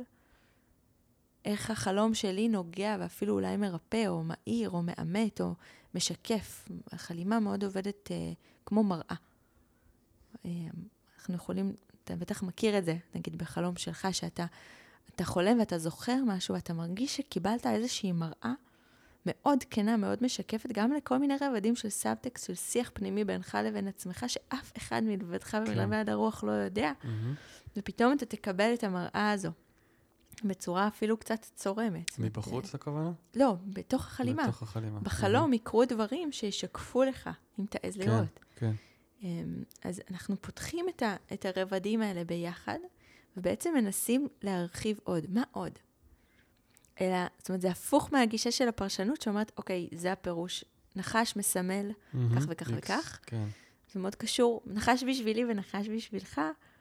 איך החלום שלי נוגע ואפילו אולי מרפא, או מאיר, או מאמת, או משקף. החלימה מאוד עובדת אה, כמו מראה. אה, אנחנו יכולים, אתה בטח מכיר את זה, נגיד בחלום שלך, שאתה אתה חולם ואתה זוכר משהו, ואתה מרגיש שקיבלת איזושהי מראה מאוד כנה, מאוד משקפת, גם לכל מיני רבדים של סאבטקסט, של שיח פנימי בינך לבין עצמך, שאף אחד מלבדך ומלבד הרוח לא יודע, mm-hmm. ופתאום אתה תקבל את המראה הזו. בצורה אפילו קצת צורמת. מבחוץ הכוונה? לא, בתוך החלימה. בתוך החלימה. בחלום יקרו דברים שישקפו לך, אם תעז לראות. כן, כן. אז אנחנו פותחים את, ה, את הרבדים האלה ביחד, ובעצם מנסים להרחיב עוד. מה עוד? אלא, זאת אומרת, זה הפוך מהגישה של הפרשנות, שאומרת, אוקיי, זה הפירוש. נחש מסמל, כך וכך וכך. כן. זה מאוד קשור. נחש בשבילי ונחש בשבילך,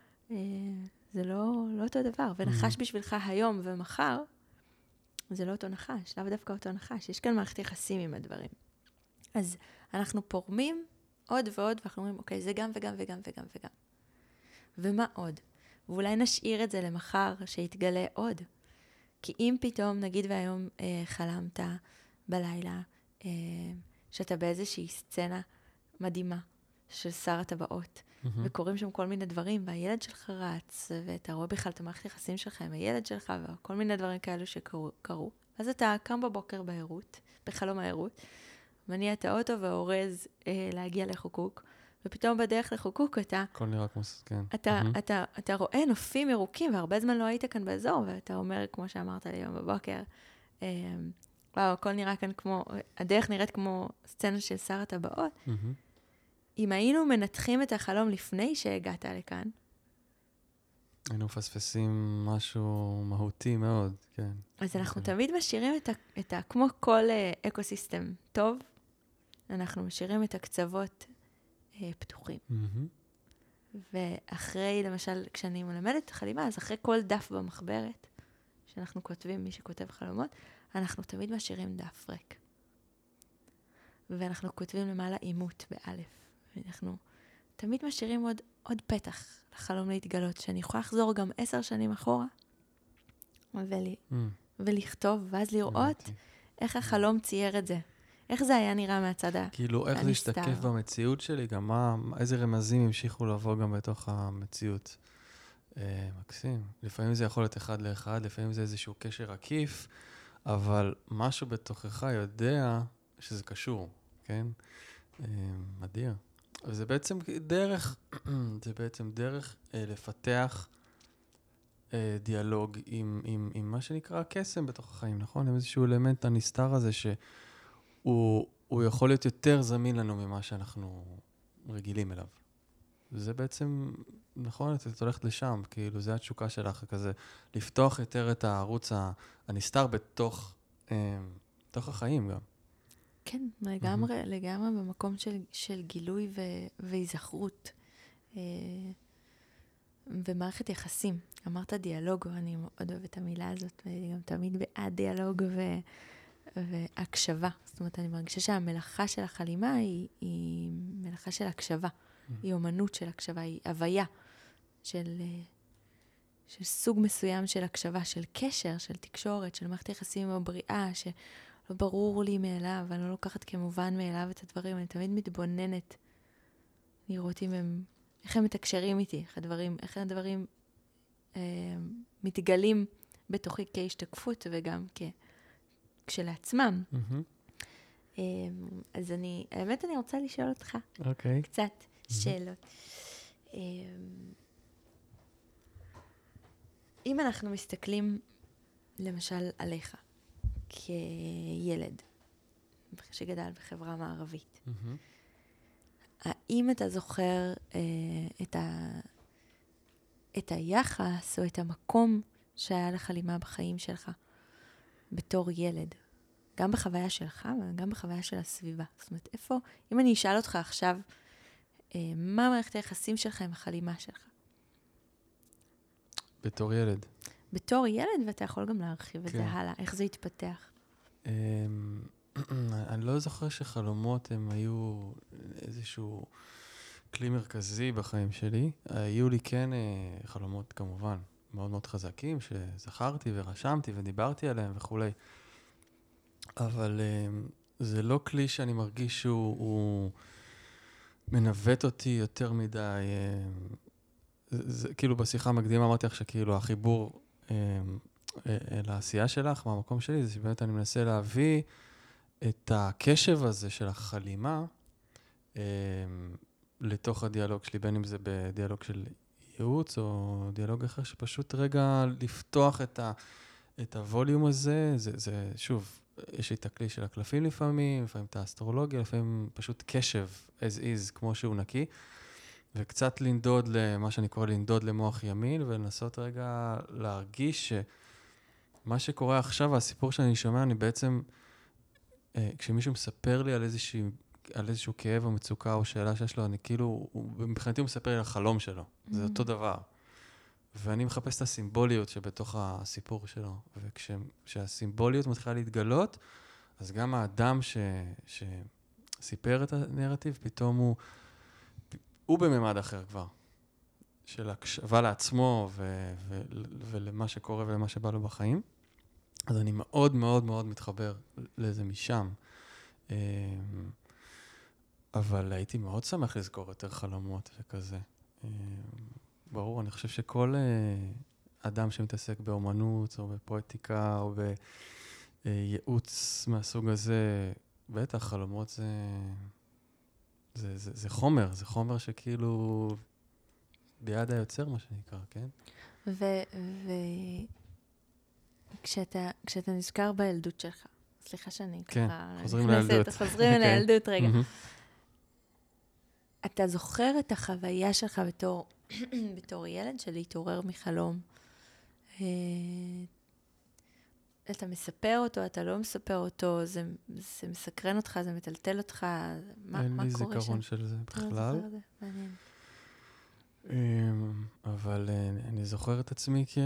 זה לא, לא אותו דבר, ונחש בשבילך היום ומחר, זה לא אותו נחש, לאו דווקא אותו נחש, יש כאן מערכת יחסים עם הדברים. אז אנחנו פורמים עוד ועוד, ואנחנו אומרים, אוקיי, זה גם וגם וגם וגם וגם. ומה עוד? ואולי נשאיר את זה למחר, שיתגלה עוד. כי אם פתאום, נגיד והיום אה, חלמת בלילה, אה, שאתה באיזושהי סצנה מדהימה של שר הטבעות, mm-hmm. וקוראים שם כל מיני דברים, והילד שלך רץ, ואתה רואה בכלל את המערכת יחסים שלך עם הילד שלך, וכל מיני דברים כאלו שקרו. אז אתה קם בבוקר בעירות, בחלום העירות, מניע את האוטו ואורז אה, להגיע לחוקוק, ופתאום בדרך לחוקוק אתה... הכל נראה כמו... כן. אתה, Mm-hmm. אתה, אתה רואה נופים ירוקים, והרבה זמן לא היית כאן באזור, ואתה אומר, כמו שאמרת לי היום בבוקר, אה, וואו, הכל נראה כאן כמו... הדרך נראית כמו סצנה של שר הטבעות, mm-hmm. אם היינו מנתחים את החלום לפני שהגעת לכאן, היינו מפספסים משהו מהותי מאוד, כן. אז אנחנו תמיד משאירים את ה, את ה, כמו כל uh, אקוסיסטם טוב, אנחנו משאירים את הקצוות uh, פתוחים. Mm-hmm. ואחרי, למשל, כשאני מלמדת חלימה, אז אחרי כל דף במחברת, שאנחנו כותבים, מי שכותב חלומות, אנחנו תמיד משאירים דף ריק. ואנחנו כותבים למעלה אימות באלף. ואנחנו תמיד משאירים עוד, עוד פתח לחלום להתגלות, שאני יכולה לחזור גם עשר שנים אחורה, ול, mm. ולכתוב, ואז לראות mm. איך החלום צייר את זה, איך זה היה נראה מהצד הנסתר? כאילו, איך זה השתקף במציאות שלי, גם מה, איזה רמזים המשיכו לבוא גם בתוך המציאות. אה, מקסים. לפעמים זה יכול להיות אחד לאחד, לפעמים זה איזשהו קשר עקיף, אבל משהו בתוכך יודע שזה קשור, כן? אה, מדהים. וזה בעצם דרך, זה בעצם דרך אה, לפתח אה, דיאלוג עם, עם, עם מה שנקרא קסם בתוך החיים, נכון? עם איזשהו אלמנט הנסתר הזה שהוא הוא יכול להיות יותר זמין לנו ממה שאנחנו רגילים אליו. זה בעצם, נכון, את הולכת לשם, כאילו, זה התשוקה שלך, כזה, לפתוח יותר את הערוץ הנסתר בתוך, אה, בתוך החיים גם. כן, לגמרי, mm-hmm. לגמרי במקום של, של גילוי ו, והיזכרות. אה, ומערכת יחסים. אמרת דיאלוג, ואני מאוד אוהבת את המילה הזאת, ואני גם תמיד בעד דיאלוג ו, והקשבה. זאת אומרת, אני מרגישה שהמלאכה של החלימה היא, היא מלאכה של הקשבה. Mm-hmm. היא אומנות של הקשבה, היא הוויה של, של סוג מסוים של הקשבה, של קשר, של תקשורת, של מערכת יחסים הבריאה, ש... לא ברור לי מאליו, אני לא לוקחת כמובן מאליו את הדברים, אני תמיד מתבוננת לראות אם הם, איך הם מתקשרים איתי, איך הדברים, איך הדברים אה, מתגלים בתוכי כהשתקפות וגם כ, כשלעצמם. Mm-hmm. אה, אז אני, האמת אני רוצה לשאול אותך okay. קצת mm-hmm. שאלות. אה, אם אנחנו מסתכלים למשל עליך, כילד שגדל בחברה מערבית. Mm-hmm. האם אתה זוכר אה, את, ה, את היחס או את המקום שהיה לחלימה בחיים שלך בתור ילד? גם בחוויה שלך וגם בחוויה של הסביבה. זאת אומרת, איפה, אם אני אשאל אותך עכשיו, אה, מה מערכת היחסים שלך עם החלימה שלך? בתור ילד. בתור ילד, ואתה יכול גם להרחיב את זה הלאה. איך זה התפתח? אני לא זוכר שחלומות הם היו איזשהו כלי מרכזי בחיים שלי. היו לי כן חלומות כמובן מאוד מאוד חזקים שזכרתי ורשמתי ודיברתי עליהם וכו'. אבל זה לא כלי שאני מרגיש שהוא מנווט אותי יותר מדי. זה, כאילו בשיחה המקדימה אמרתי לך שכאילו החיבור אל העשייה שלך, מהמקום שלי, זה שבאמת אני מנסה להביא את הקשב הזה של החלימה אה, לתוך הדיאלוג שלי, בין אם זה בדיאלוג של ייעוץ או דיאלוג אחר, שפשוט רגע לפתוח את, ה, את הווליום הזה, זה, זה שוב, יש לי את הכלי של הקלפים לפעמים, לפעמים את האסטרולוגיה, לפעמים פשוט קשב as is, כמו שהוא נקי, וקצת לנדוד למה שאני קורא לנדוד למוח ימין, ולנסות רגע להרגיש ש... מה שקורה עכשיו, הסיפור שאני שומע, אני בעצם, אה, כשמישהו מספר לי על איזושהי, על איזשהו כאב או מצוקה או שאלה שיש לו, אני כאילו, הוא, מבחינתי הוא מספר לי על החלום שלו. Mm-hmm. זה אותו דבר. ואני מחפש את הסימבוליות שבתוך הסיפור שלו. וכשהסימבוליות מתחילה להתגלות, אז גם האדם ש, שסיפר את הנרטיב, פתאום הוא, הוא בממד אחר כבר. של הקשבה לעצמו ו- ו- ולמה שקורה ולמה שבא לו בחיים. אז אני מאוד מאוד מאוד מתחבר לזה משם. אבל הייתי מאוד שמח לזכור יותר חלומות וכזה. ברור, אני חושב שכל אדם שמתעסק באומנות או בפואטיקה או בייעוץ מהסוג הזה, בטח חלומות זה, זה, זה, זה חומר, זה חומר שכאילו... ביד היוצר, מה שנקרא, כן? וכשאתה כשאתה נזכר בילדות שלך, סליחה שאני כן, ככה... חוזרים לילדות. חוזרים לילדות רגע. אתה זוכר את החוויה שלך בתור, בתור ילד של להתעורר מחלום? אתה מספר אותו, אתה לא מספר אותו, זה, זה מסקרן אותך, זה מטלטל אותך, מה, אין מה לי קורה שם? זיכרון של זה בכלל. זה מעניין. אבל אני זוכר את עצמי כ...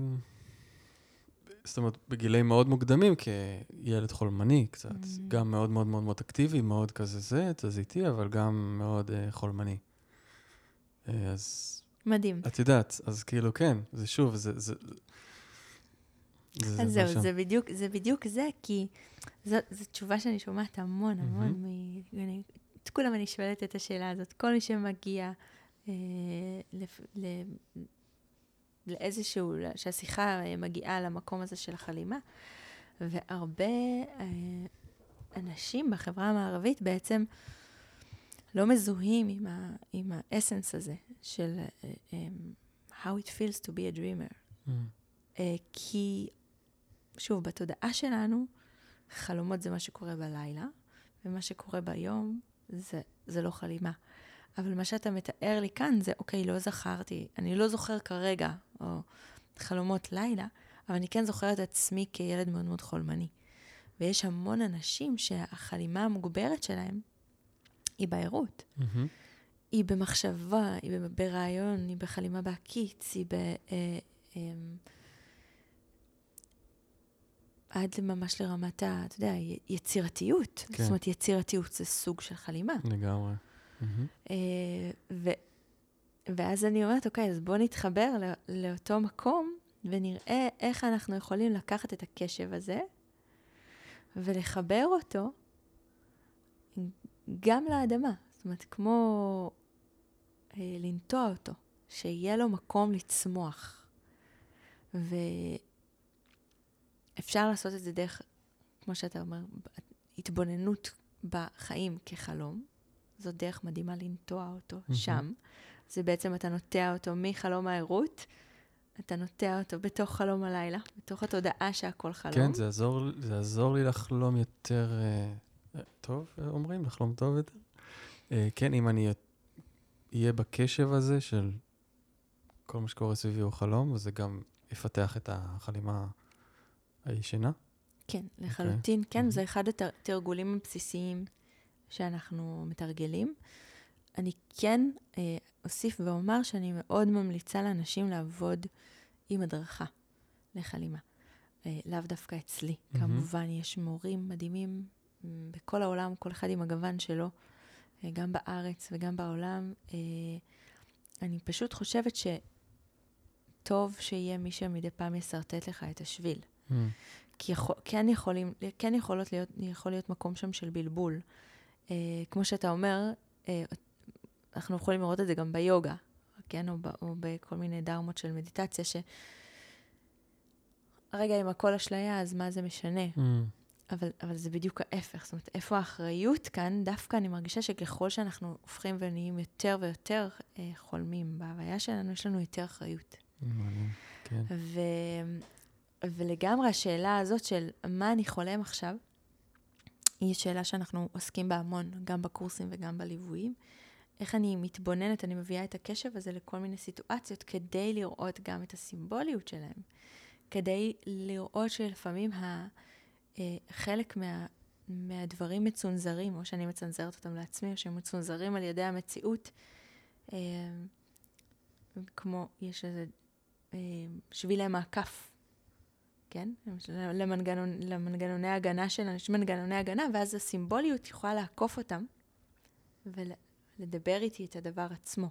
זאת אומרת, בגילאים מאוד מוקדמים, כילד חולמני קצת. גם מאוד מאוד מאוד מאוד אקטיבי, מאוד כזה זה, תזיתי, אבל גם מאוד חולמני. אז... מדהים. את יודעת, אז כאילו כן, זה שוב, זה... זה אז זהו, זה בדיוק, זה בדיוק זה, כי זו, זו תשובה שאני שומעת המון, המון. Mm-hmm. מ... אני, את כולם אני שואלת את השאלה הזאת. כל מי שמגיע אה, לפ... ל... לאיזשהו, שהשיחה מגיעה למקום הזה של החלימה, והרבה אה, אנשים בחברה המערבית בעצם לא מזוהים עם, ה, עם האסנס הזה של uh, um, how it feels to be a dreamer. Mm. Uh, כי, שוב, בתודעה שלנו, חלומות זה מה שקורה בלילה, ומה שקורה ביום זה, זה לא חלימה. אבל מה שאתה מתאר לי כאן זה, אוקיי, לא זכרתי, אני לא זוכר כרגע, או חלומות לילה, אבל אני כן זוכרת את עצמי כילד מאוד מאוד חולמני. ויש המון אנשים שהחלימה המוגברת שלהם, היא בעירות. Mm-hmm. היא במחשבה, היא ברעיון, היא בחלימה בהקיץ, היא ב... אה, אה, עד ממש לרמת ה... אתה יודע, יצירתיות. כן. זאת אומרת, יצירתיות זה סוג של חלימה. לגמרי. Mm-hmm. אה, ו... ואז אני אומרת, אוקיי, אז בוא נתחבר לא, לאותו מקום, ונראה איך אנחנו יכולים לקחת את הקשב הזה, ולחבר אותו גם לאדמה. זאת אומרת, כמו אה, לנטוע אותו, שיהיה לו מקום לצמוח. ואפשר לעשות את זה דרך, כמו שאתה אומר, התבוננות בחיים כחלום. זו דרך מדהימה לנטוע אותו mm-hmm. שם. זה בעצם אתה נוטע אותו מחלום העירות, אתה נוטע אותו בתוך חלום הלילה, בתוך התודעה שהכל חלום. כן, זה יעזור, זה יעזור לי לחלום יותר... אה... טוב, אומרים, לחלום טוב יותר. כן, אם אני אהיה בקשב הזה של כל מה שקורה סביבי הוא חלום, וזה גם יפתח את החלימה הישנה. כן, לחלוטין. כן, זה אחד התרגולים הבסיסיים שאנחנו מתרגלים. אני כן אוסיף ואומר שאני מאוד ממליצה לאנשים לעבוד עם הדרכה לחלימה. לאו דווקא אצלי. כמובן, יש מורים מדהימים בכל העולם, כל אחד עם הגוון שלו, גם בארץ וגם בעולם. אני פשוט חושבת שטוב שיהיה מי שמדי פעם יסרטט לך את השביל. Mm. כי יכול, כן, יכולים, כן יכולות להיות, יכול להיות מקום שם של בלבול. כמו שאתה אומר, אנחנו יכולים לראות את זה גם ביוגה, כן? או, ב, או בכל מיני דרמות של מדיטציה, ש... הרגע עם הכל אשליה, אז מה זה משנה? Mm. אבל, אבל זה בדיוק ההפך. זאת אומרת, איפה האחריות כאן? דווקא אני מרגישה שככל שאנחנו הופכים ונהיים יותר ויותר אה, חולמים בהוויה שלנו, יש לנו יותר אחריות. כן. ו, ולגמרי השאלה הזאת של מה אני חולם עכשיו, היא שאלה שאנחנו עוסקים בה המון, גם בקורסים וגם בליוויים. איך אני מתבוננת, אני מביאה את הקשב הזה לכל מיני סיטואציות, כדי לראות גם את הסימבוליות שלהם. כדי לראות שלפעמים ה... חלק מה, מהדברים מצונזרים, או שאני מצנזרת אותם לעצמי, או שהם מצונזרים על ידי המציאות, כמו יש איזה שבילי מעקף, כן? למנגנון, למנגנוני הגנה שלנו, יש מנגנוני הגנה, ואז הסימבוליות יכולה לעקוף אותם, ולדבר איתי את הדבר עצמו.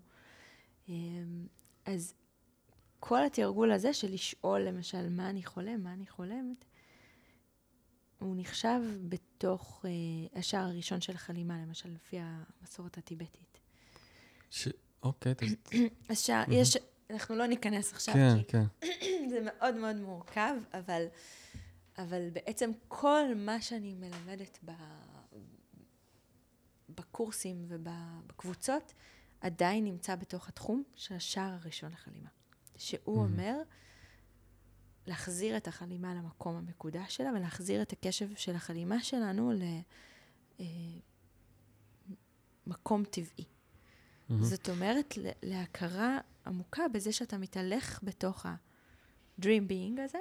אז כל התרגול הזה של לשאול, למשל, מה אני חולם, מה אני חולמת, הוא נחשב בתוך אה, השער הראשון של החלימה, למשל, לפי המסורת הטיבטית. ש... אוקיי, אז... השער, יש... אנחנו לא ניכנס עכשיו, כן, כי כן. זה מאוד מאוד מורכב, אבל, אבל בעצם כל מה שאני מלמדת ב... בקורסים ובקבוצות, עדיין נמצא בתוך התחום של השער הראשון לחלימה. שהוא אומר... להחזיר את החלימה למקום המקודש שלה, ולהחזיר את הקשב של החלימה שלנו למקום טבעי. Mm-hmm. זאת אומרת, להכרה עמוקה בזה שאתה מתהלך בתוך ה-dream being הזה,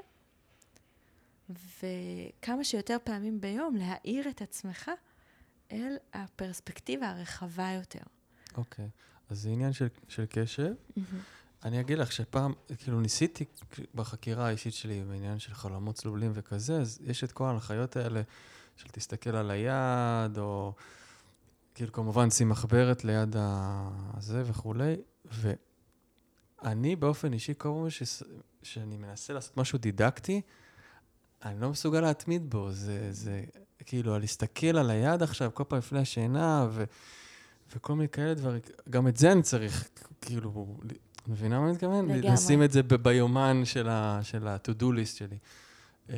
וכמה שיותר פעמים ביום להאיר את עצמך אל הפרספקטיבה הרחבה יותר. אוקיי, okay. אז זה עניין של, של קשב. Mm-hmm. אני אגיד לך שפעם, כאילו ניסיתי בחקירה האישית שלי בעניין של חלומות צלולים וכזה, אז יש את כל ההנחיות האלה של תסתכל על היד, או כאילו כמובן שים מחברת ליד הזה וכולי, ואני באופן אישי, כל פעם ש... שאני מנסה לעשות משהו דידקטי, אני לא מסוגל להתמיד בו, זה, זה כאילו, להסתכל על היד עכשיו, כל פעם לפני השינה, ו, וכל מיני כאלה דברים, גם את זה אני צריך, כאילו, מבינה מה אני מתכוון? לגמרי. לשים את זה ב- ביומן של ה- של ה-to-do list שלי. אמ,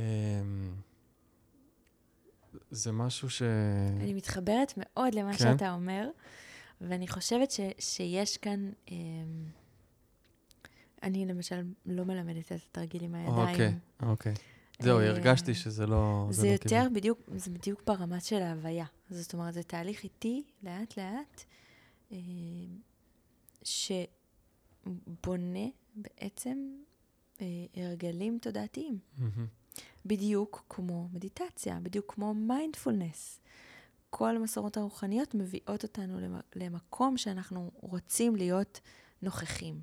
זה משהו ש... אני מתחברת מאוד למה כן? שאתה אומר, ואני חושבת ש, שיש כאן, אה, אני למשל לא מלמדת את התרגיל עם הידיים. אוקיי, אוקיי. זהו, אה, הרגשתי שזה לא... זה לא יותר כיוון. בדיוק, זה בדיוק ברמה של ההוויה. זאת אומרת, זה תהליך איטי, לאט לאט, אה, שבונה בעצם אה, הרגלים תודעתיים. מהמם. בדיוק כמו מדיטציה, בדיוק כמו מיינדפולנס. כל המסורות הרוחניות מביאות אותנו למ- למקום שאנחנו רוצים להיות נוכחים.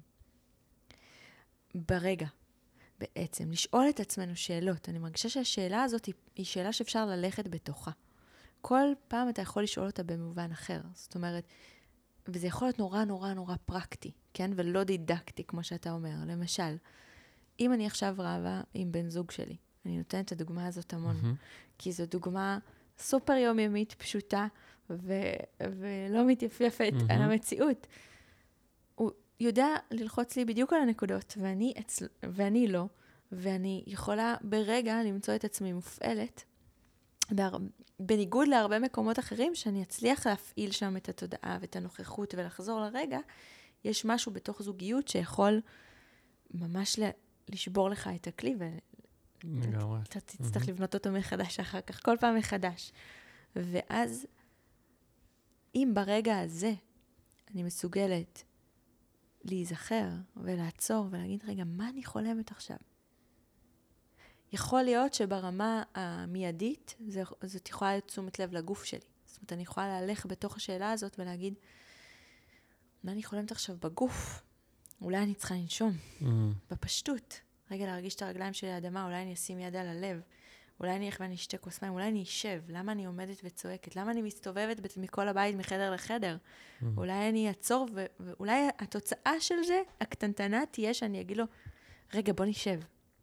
ברגע, בעצם, לשאול את עצמנו שאלות. אני מרגישה שהשאלה הזאת היא, היא שאלה שאפשר ללכת בתוכה. כל פעם אתה יכול לשאול אותה במובן אחר. זאת אומרת, וזה יכול להיות נורא נורא נורא פרקטי, כן? ולא דידקטי, כמו שאתה אומר. למשל, אם אני עכשיו רבה עם בן זוג שלי, אני נותנת את הדוגמה הזאת המון, מהמם. כי זו דוגמה סופר יומיומית, פשוטה, ו- ולא מתייפייפת מהמם. על המציאות. הוא יודע ללחוץ לי בדיוק על הנקודות, ואני, אצל... ואני לא, ואני יכולה ברגע למצוא את עצמי מופעלת, בהר... בניגוד להרבה מקומות אחרים, שאני אצליח להפעיל שם את התודעה ואת הנוכחות ולחזור לרגע, יש משהו בתוך זוגיות שיכול ממש ל... לשבור לך את הכלי, ו... לגמרי. אתה תצטרך לבנות אותו מחדש אחר כך, כל פעם מחדש. ואז, אם ברגע הזה אני מסוגלת להיזכר ולעצור ולהגיד, רגע, מה אני חולמת עכשיו? יכול להיות שברמה המיידית, זה, זאת יכולה להיות תשומת לב לגוף שלי. זאת אומרת, אני יכולה להלך בתוך השאלה הזאת ולהגיד, מה אני חולמת עכשיו בגוף? אולי אני צריכה לנשום, מהמם. בפשטות. רגע, להרגיש את הרגליים שלי האדמה, אולי אני אשים יד על הלב. אולי אני אלך ואני אשתה כוס מים, אולי אני אשב. למה אני עומדת וצועקת? למה אני מסתובבת מכל הבית מחדר לחדר? מהמם. אולי אני אעצור, ו- ואולי התוצאה של זה, הקטנטנה, תהיה שאני אגיד לו, רגע, בוא נשב.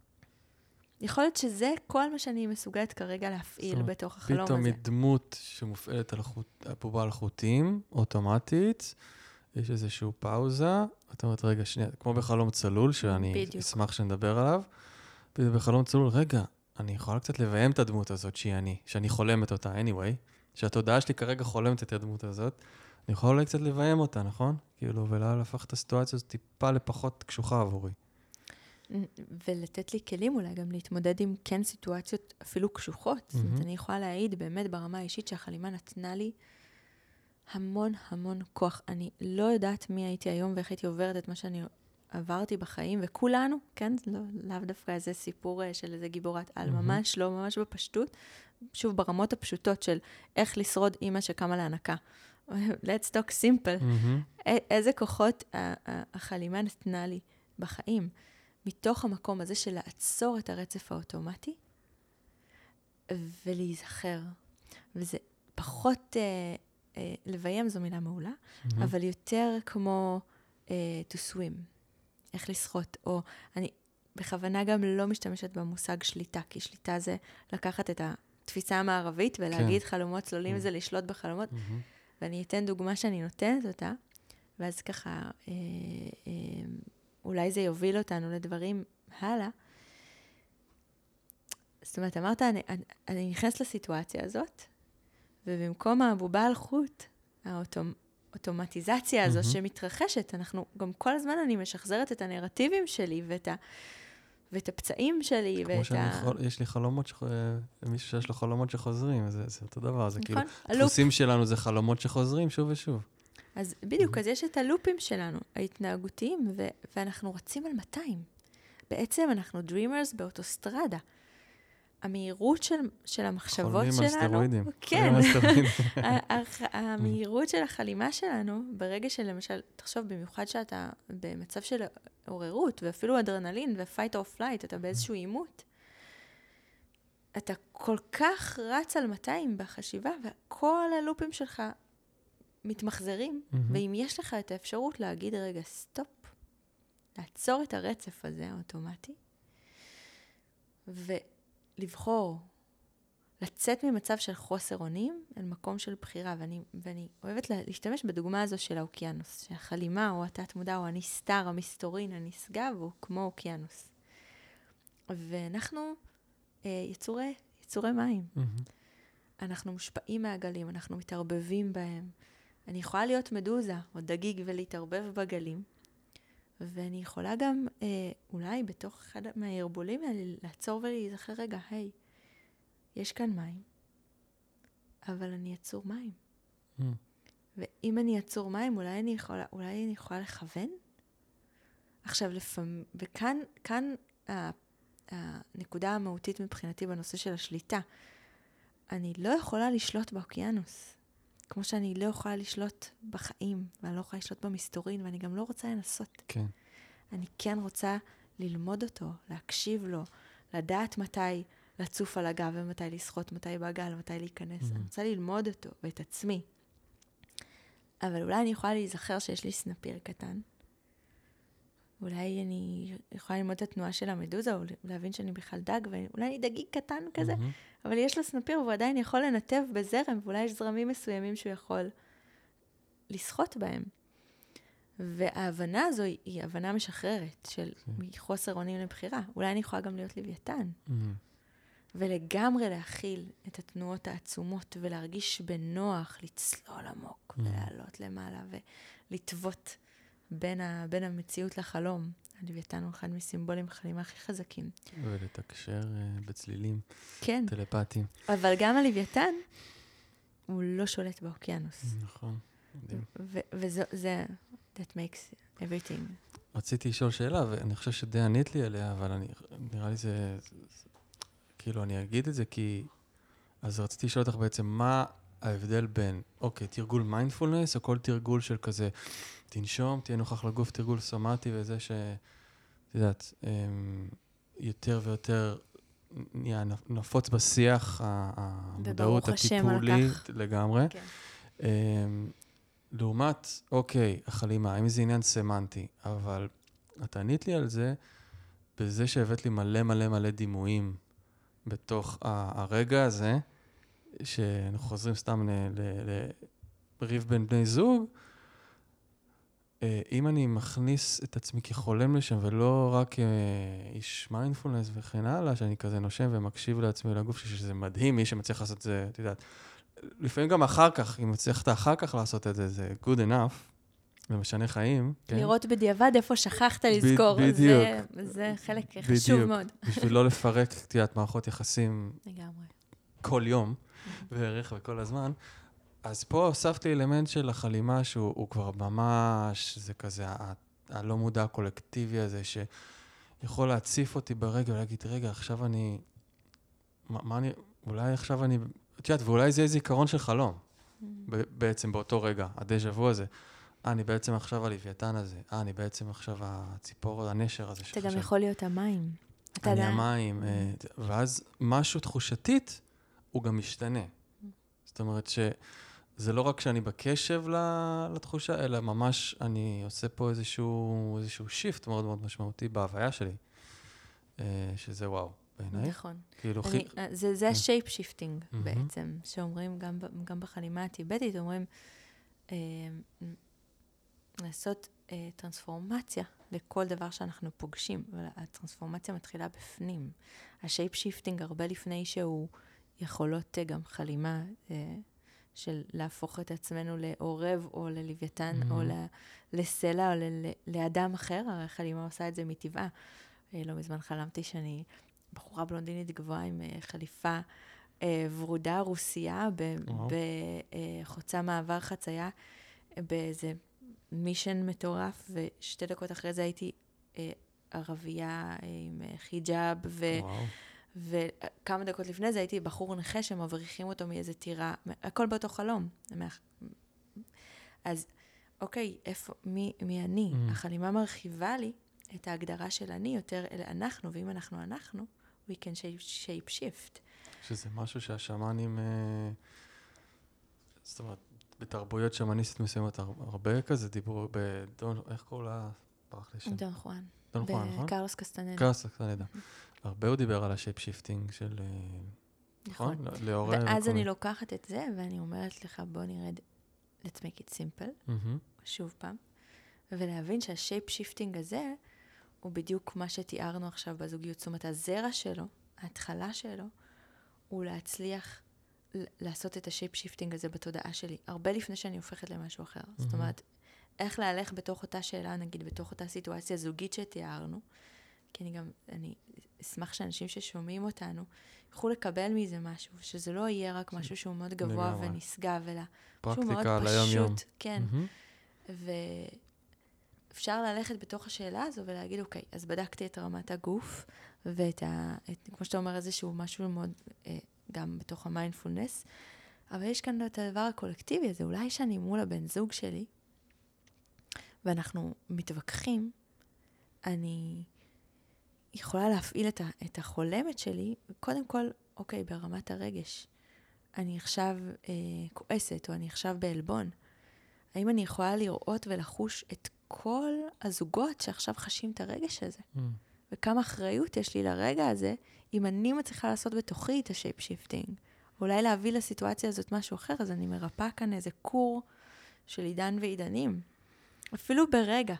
יכול להיות שזה כל מה שאני מסוגלת כרגע להפעיל זאת אומרת, בתוך החלום פתאום הזה. מדמות שמופעלת על החוט- בובה על חוטים, אוטומטית, יש איזושהי פאוזה, את אומרת, רגע, שנייה, כמו בחלום צלול, שאני בדיוק. אשמח שנדבר עליו, פתאום בחלום צלול, רגע, אני יכולה קצת לביים את הדמות הזאת שהיא אני, שאני חולמת אותה, anyway, שהתודעה שלי כרגע חולמת את הדמות הזאת, אני יכול אולי קצת לביים אותה, נכון? כאילו, ולהפך את הסיטואציה הזאת טיפה לפחות קשוחה עבורי. ולתת לי כלים אולי גם להתמודד עם כן סיטואציות אפילו קשוחות. זאת אומרת, מהמם. אני יכולה להעיד באמת ברמה האישית שהחלימה נתנה לי המון המון כוח. אני לא יודעת מי הייתי היום ואיך הייתי עוברת את מה שאני עברתי בחיים, וכולנו, כן? לא, לאו דווקא איזה סיפור אה, של איזה גיבורת על, מהמם. ממש לא, ממש בפשטות. שוב, ברמות הפשוטות של איך לשרוד אימא שקמה להנקה. Let's talk simple. מהמם. א- איזה כוחות ה- ה- החלימה נתנה לי בחיים, מתוך המקום הזה של לעצור את הרצף האוטומטי, ולהיזכר. וזה פחות, אה, אה, לביים זו מילה מעולה, מהמם. אבל יותר כמו אה, to swim, איך לשחות, או אני בכוונה גם לא משתמשת במושג שליטה, כי שליטה זה לקחת את התפיסה המערבית ולהגיד חלומות צלולים זה לשלוט בחלומות, מהמם. ואני אתן דוגמה שאני נותנת אותה, ואז ככה, אה, אה, אולי זה יוביל אותנו לדברים הלאה. זאת אומרת, אמרת, אני, אני, אני נכנס לסיטואציה הזאת, ובמקום הבובה על חוט, האוטומטיזציה הזו מהמם. שמתרחשת, אנחנו, גם כל הזמן אני משחזרת את הנרטיבים שלי, ואת, ה, ואת הפצעים שלי, כמו ואת שאני ה... יכול, יש לי חלומות, שח- אה, מישהו שיש לו חלומות שחוזרים, זה, זה אותו דבר, זה כאילו, נכון? הלופ. הדפוסים שלנו זה חלומות שחוזרים שוב ושוב. אז בדיוק, אז יש את הלופים שלנו, ההתנהגותיים, ו- ואנחנו רצים על מאתיים. בעצם אנחנו dreamers באוטוסטרדה. המהירות של, של המחשבות חולמים על שלנו... סטרואידים. כן. חולמים על סטרואידים. ה- ה- המהירות של החלימה שלנו, ברגע שלמשל, תחשוב, במיוחד שאתה במצב של עוררות, ואפילו אדרנלין ו-fight or flight, אתה באיזשהו עימות, אתה כל כך רץ על מאתיים בחשיבה, וכל הלופים שלך מתמחזרים, מהמם. ואם יש לך את האפשרות להגיד רגע סטופ, לעצור את הרצף הזה האוטומטי, לבחור, לצאת ממצב של חוסר אונים אל מקום של בחירה, ואני, ואני אוהבת לה, להשתמש בדוגמה הזו של האוקיינוס, שהחלימה או התת מודע או הנסתר, המסתורין, הנשגב, הוא כמו אוקיינוס. ואנחנו אה, יצורי, יצורי מים. Mm-hmm. אנחנו מושפעים מהגלים, אנחנו מתערבבים בהם. אני יכולה להיות מדוזה או דגיג ולהתערבב בגלים, ואני יכולה גם אה, אולי בתוך אחד מהערבולים האלה לעצור ולהיזכר רגע, היי, יש כאן מים, אבל אני אצור מים. Mm. ואם אני אצור מים, אולי אני יכולה, אולי אני יכולה לכוון? עכשיו, לפעמים, וכאן, כאן ה, הנקודה המהותית מבחינתי בנושא של השליטה. אני לא יכולה לשלוט באוקיינוס, כמו שאני לא יכולה לשלוט בחיים, ואני לא יכולה לשלוט במסתורין, ואני גם לא רוצה לנסות. כן. אני כן רוצה ללמוד אותו, להקשיב לו, לדעת מתי לצוף על הגב, ומתי לשחות, מתי בגל, מתי להיכנס. Mm-hmm. אני רוצה ללמוד אותו ואת עצמי. אבל אולי אני יכולה להיזכר שיש לי סנפיר קטן. אולי אני יכולה ללמוד את התנועה של המדוזה, או להבין שאני בכלל דג, ואולי אני דגיג קטן כזה, mm-hmm. אבל יש לו סנפיר, והוא עדיין יכול לנתב בזרם, ואולי יש זרמים מסוימים שהוא יכול לשחות בהם. וההבנה הזו היא, היא הבנה משחררת, של okay. מחוסר אונים לבחירה. אולי אני יכולה גם להיות לוויתן. Mm-hmm. ולגמרי להכיל את התנועות העצומות, ולהרגיש בנוח, לצלול עמוק, mm-hmm. ולעלות למעלה, ולטוות בין, ה, בין המציאות לחלום. הלוויתן הוא אחד מסימבולים החלימה הכי חזקים. ולתקשר uh, בצלילים כן. טלפתיים. אבל גם הלוויתן, הוא לא שולט באוקיינוס. נכון. וזה, זה, that makes everything. רציתי לשאול שאלה, ואני חושב שדי ענית לי עליה, אבל אני, נראה לי זה, כאילו אני אגיד את זה, כי, אז רציתי לשאול אותך בעצם, מה ההבדל בין, אוקיי, תרגול מיינדפולנס, או כל תרגול של כזה, תנשום, תהיה נוכח לגוף, תרגול סומטי, וזה ש, את יודעת, יותר ויותר נפוץ בשיח, המודעות הטיפולי, לגמרי. כן. לעומת, אוקיי, החלימה, האם זה עניין סמנטי, אבל את ענית לי על זה, בזה שהבאת לי מלא מלא מלא דימויים בתוך הרגע הזה, שאנחנו חוזרים סתם לריב בין בני זוג, אם אני מכניס את עצמי כחולם לשם, ולא רק איש מיינדפולנס וכן הלאה, שאני כזה נושם ומקשיב לעצמי לגוף, שזה מדהים, מי שמצליח לעשות את זה, את יודעת, לפעמים גם אחר כך, אם מצליחת אחר כך לעשות את זה, זה good enough, זה משנה חיים. לראות בדיעבד איפה שכחת לזכור, זה חלק חשוב מאוד. בשביל לא לפרק, תיאת מערכות יחסים לגמרי. כל יום, וערך וכל הזמן. אז פה הוספתי אלמנט של החלימה, שהוא כבר ממש, זה כזה, הלא מודע הקולקטיבי הזה, שיכול להציף אותי ברגע, ולהגיד, רגע, עכשיו אני, מה אני, אולי עכשיו אני, תשעת, ואולי זה זיכרון של חלום, בעצם באותו רגע, הדז'ה וו הזה. אה, אני בעצם עכשיו הלוויתן הזה. אה, אני בעצם עכשיו הציפור, הנשר הזה. אתה גם יכול להיות המים. אני המים. ואז משהו תחושתית, הוא גם משתנה. זאת אומרת שזה לא רק שאני בקשב לתחושה, אלא ממש אני עושה פה איזשהו, איזשהו שיפט מאוד מאוד משמעותי בהוויה שלי. שזה וואו. נכון. זה השייפ שיפטינג בעצם, שאומרים גם בחלימה הטיבטית, אומרים לעשות טרנספורמציה לכל דבר שאנחנו פוגשים, והטרנספורמציה מתחילה בפנים. השייפ שיפטינג הרבה לפני שהוא יכולות גם חלימה של להפוך את עצמנו לעורב או ללוויתן או לסלע או לאדם אחר, הרי חלימה עושה את זה מטבעה. לא מזמן חלמתי שאני בחורה בלונדינית גבוהה עם חליפה אה, ורודה רוסייה, בחוצה מעבר חצייה, באיזה מישן מטורף, ושתי דקות אחרי זה הייתי אה, ערבייה עם חיג'אב, ו, וכמה דקות לפני זה הייתי בחור נכה שמבריחים אותו מאיזה טירה, הכל באותו חלום. אז אוקיי, איפה, מי, מי אני? Mm. החלימה מרחיבה לי את ההגדרה של אני יותר אל אנחנו, ואם אנחנו אנחנו, we can shape, shape shift. שזה משהו שהשמנים, זאת אומרת, בתרבויות שמניסטית מסוימת הרבה כזה דיבור, בדון, איך קוראים לה? ברח לי שם. דון חואן. דון חואן, נכון? בקרלוס קסטנדה. קרלוס קסטנדה. הרבה הוא דיבר על השייפ שיפטינג של... נכון? נכון. לעורר... ואז וכל אני מיני- לוקחת את זה, ואני אומרת לך, בוא נרד, let's make it simple, מהמם. שוב פעם, ולהבין שהשייפ שיפטינג הזה, הוא בדיוק מה שתיארנו עכשיו בזוגיות. זאת אומרת, הזרע שלו, ההתחלה שלו, הוא להצליח ל- לעשות את השייפ שיפטינג הזה בתודעה שלי, הרבה לפני שאני הופכת למשהו אחר. זאת אומרת, איך להלך בתוך אותה שאלה, נגיד, בתוך אותה סיטואציה זוגית שתיארנו, כי אני גם, אני אשמח שאנשים ששומעים אותנו, יוכלו לקבל מזה משהו, שזה לא יהיה רק משהו שהוא מאוד גבוה לגמרי. ונשגב, אלא שהוא מאוד פרקטיקה ליום-יום. פשוט, כן. מהמם. ואפשר ללכת בתוך השאלה הזו ולהגיד, אוקיי, אז בדקתי את רמת הגוף, ואת ה... את, כמו שאתה אומר, איזשהו משהו מאוד, אה, גם בתוך המיינדפולנס, אבל יש כאן את הדבר הקולקטיבי הזה, אולי שאני מול הבן זוג שלי, ואנחנו מתווכחים, אני יכולה להפעיל את, ה, את החולמת שלי, קודם כל, אוקיי, ברמת הרגש. אני עכשיו אה, כועסת, או אני עכשיו בעלבון. האם אני יכולה לראות ולחוש את כל הזוגות שעכשיו חשים את הרגש הזה? מהמם. וכמה אחריות יש לי לרגע הזה, אם אני מצליחה לעשות בתוכי את השייפ שיפטינג. אולי להביא לסיטואציה הזאת משהו אחר, אז אני מרפא כאן איזה קור של עידן ועידנים. אפילו ברגע.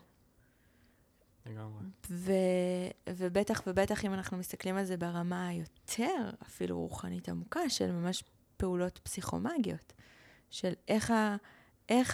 לגמרי. ו... ובטח ובטח אם אנחנו מסתכלים על זה ברמה היותר, אפילו רוחנית עמוקה, של ממש פעולות פסיכומגיות, של איך, ה... איך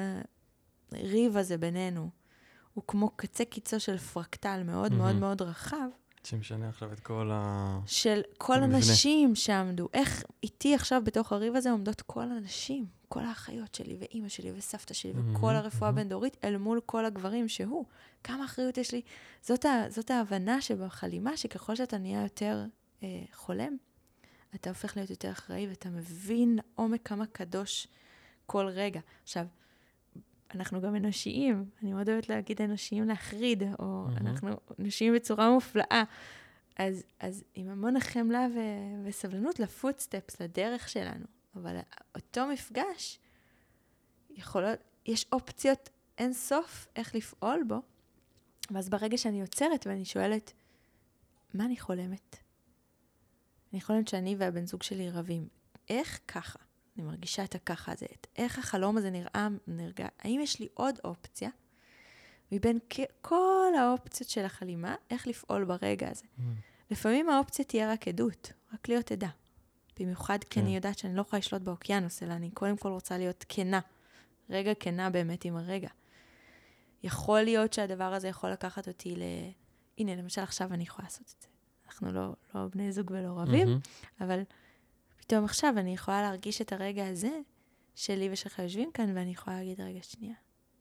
הריב הזה בינינו, הוא כמו קצה קיצו של פרקטל מאוד מהמם. מאוד מאוד רחב, שמשנה עכשיו את כל ה... של כל המבנה. הנשים שעמדו. איך איתי עכשיו בתוך הריב הזה עומדות כל הנשים, כל האחיות שלי ואימא שלי וסבתא שלי מהמם, וכל הרפואה מהמם. הבין-דורית אל מול כל הגברים שהוא. כמה אחריות יש לי. זאת, ה, זאת ההבנה שבחלימה, שככל שאתה נהיה יותר אה, חולם, אתה הופך להיות יותר אחראי ואתה מבין לעומק כמה קדוש כל רגע. עכשיו, אנחנו גם אנושיים, אני מאוד אוהבת להגיד אנושיים להחריד, או מהמם. אנחנו אנושיים בצורה מופלאה. אז, אז עם המון החמלה ו- וסבלנות לפוטסטפס, לדרך שלנו. אבל אותו מפגש, יכולות, יש אופציות אין סוף איך לפעול בו, ואז ברגע שאני יוצרת ואני שואלת, מה אני חולמת? אני חולמת שאני והבן זוג שלי רבים. איך ככה? אני מרגישה את הככה הזה, את איך החלום הזה נראה, נרגע. האם יש לי עוד אופציה, מבין כ- כל האופציות של החלימה, איך לפעול ברגע הזה? מהמם. לפעמים האופציה תהיה רק עדות, רק להיות עדה. במיוחד כי כן. אני יודעת שאני לא יכולה לשלוט באוקיינוס, אלא אני קודם כל רוצה להיות כנה. רגע כנה באמת עם הרגע. יכול להיות שהדבר הזה יכול לקחת אותי ל... הנה, למשל עכשיו אני יכולה לעשות את זה. אנחנו לא, לא בני זוג ולא רבים, מהמם. אבל פתאום עכשיו אני יכולה להרגיש את הרגע הזה שלי ושלך יושבים כאן, ואני יכולה להגיד, רגע, שנייה.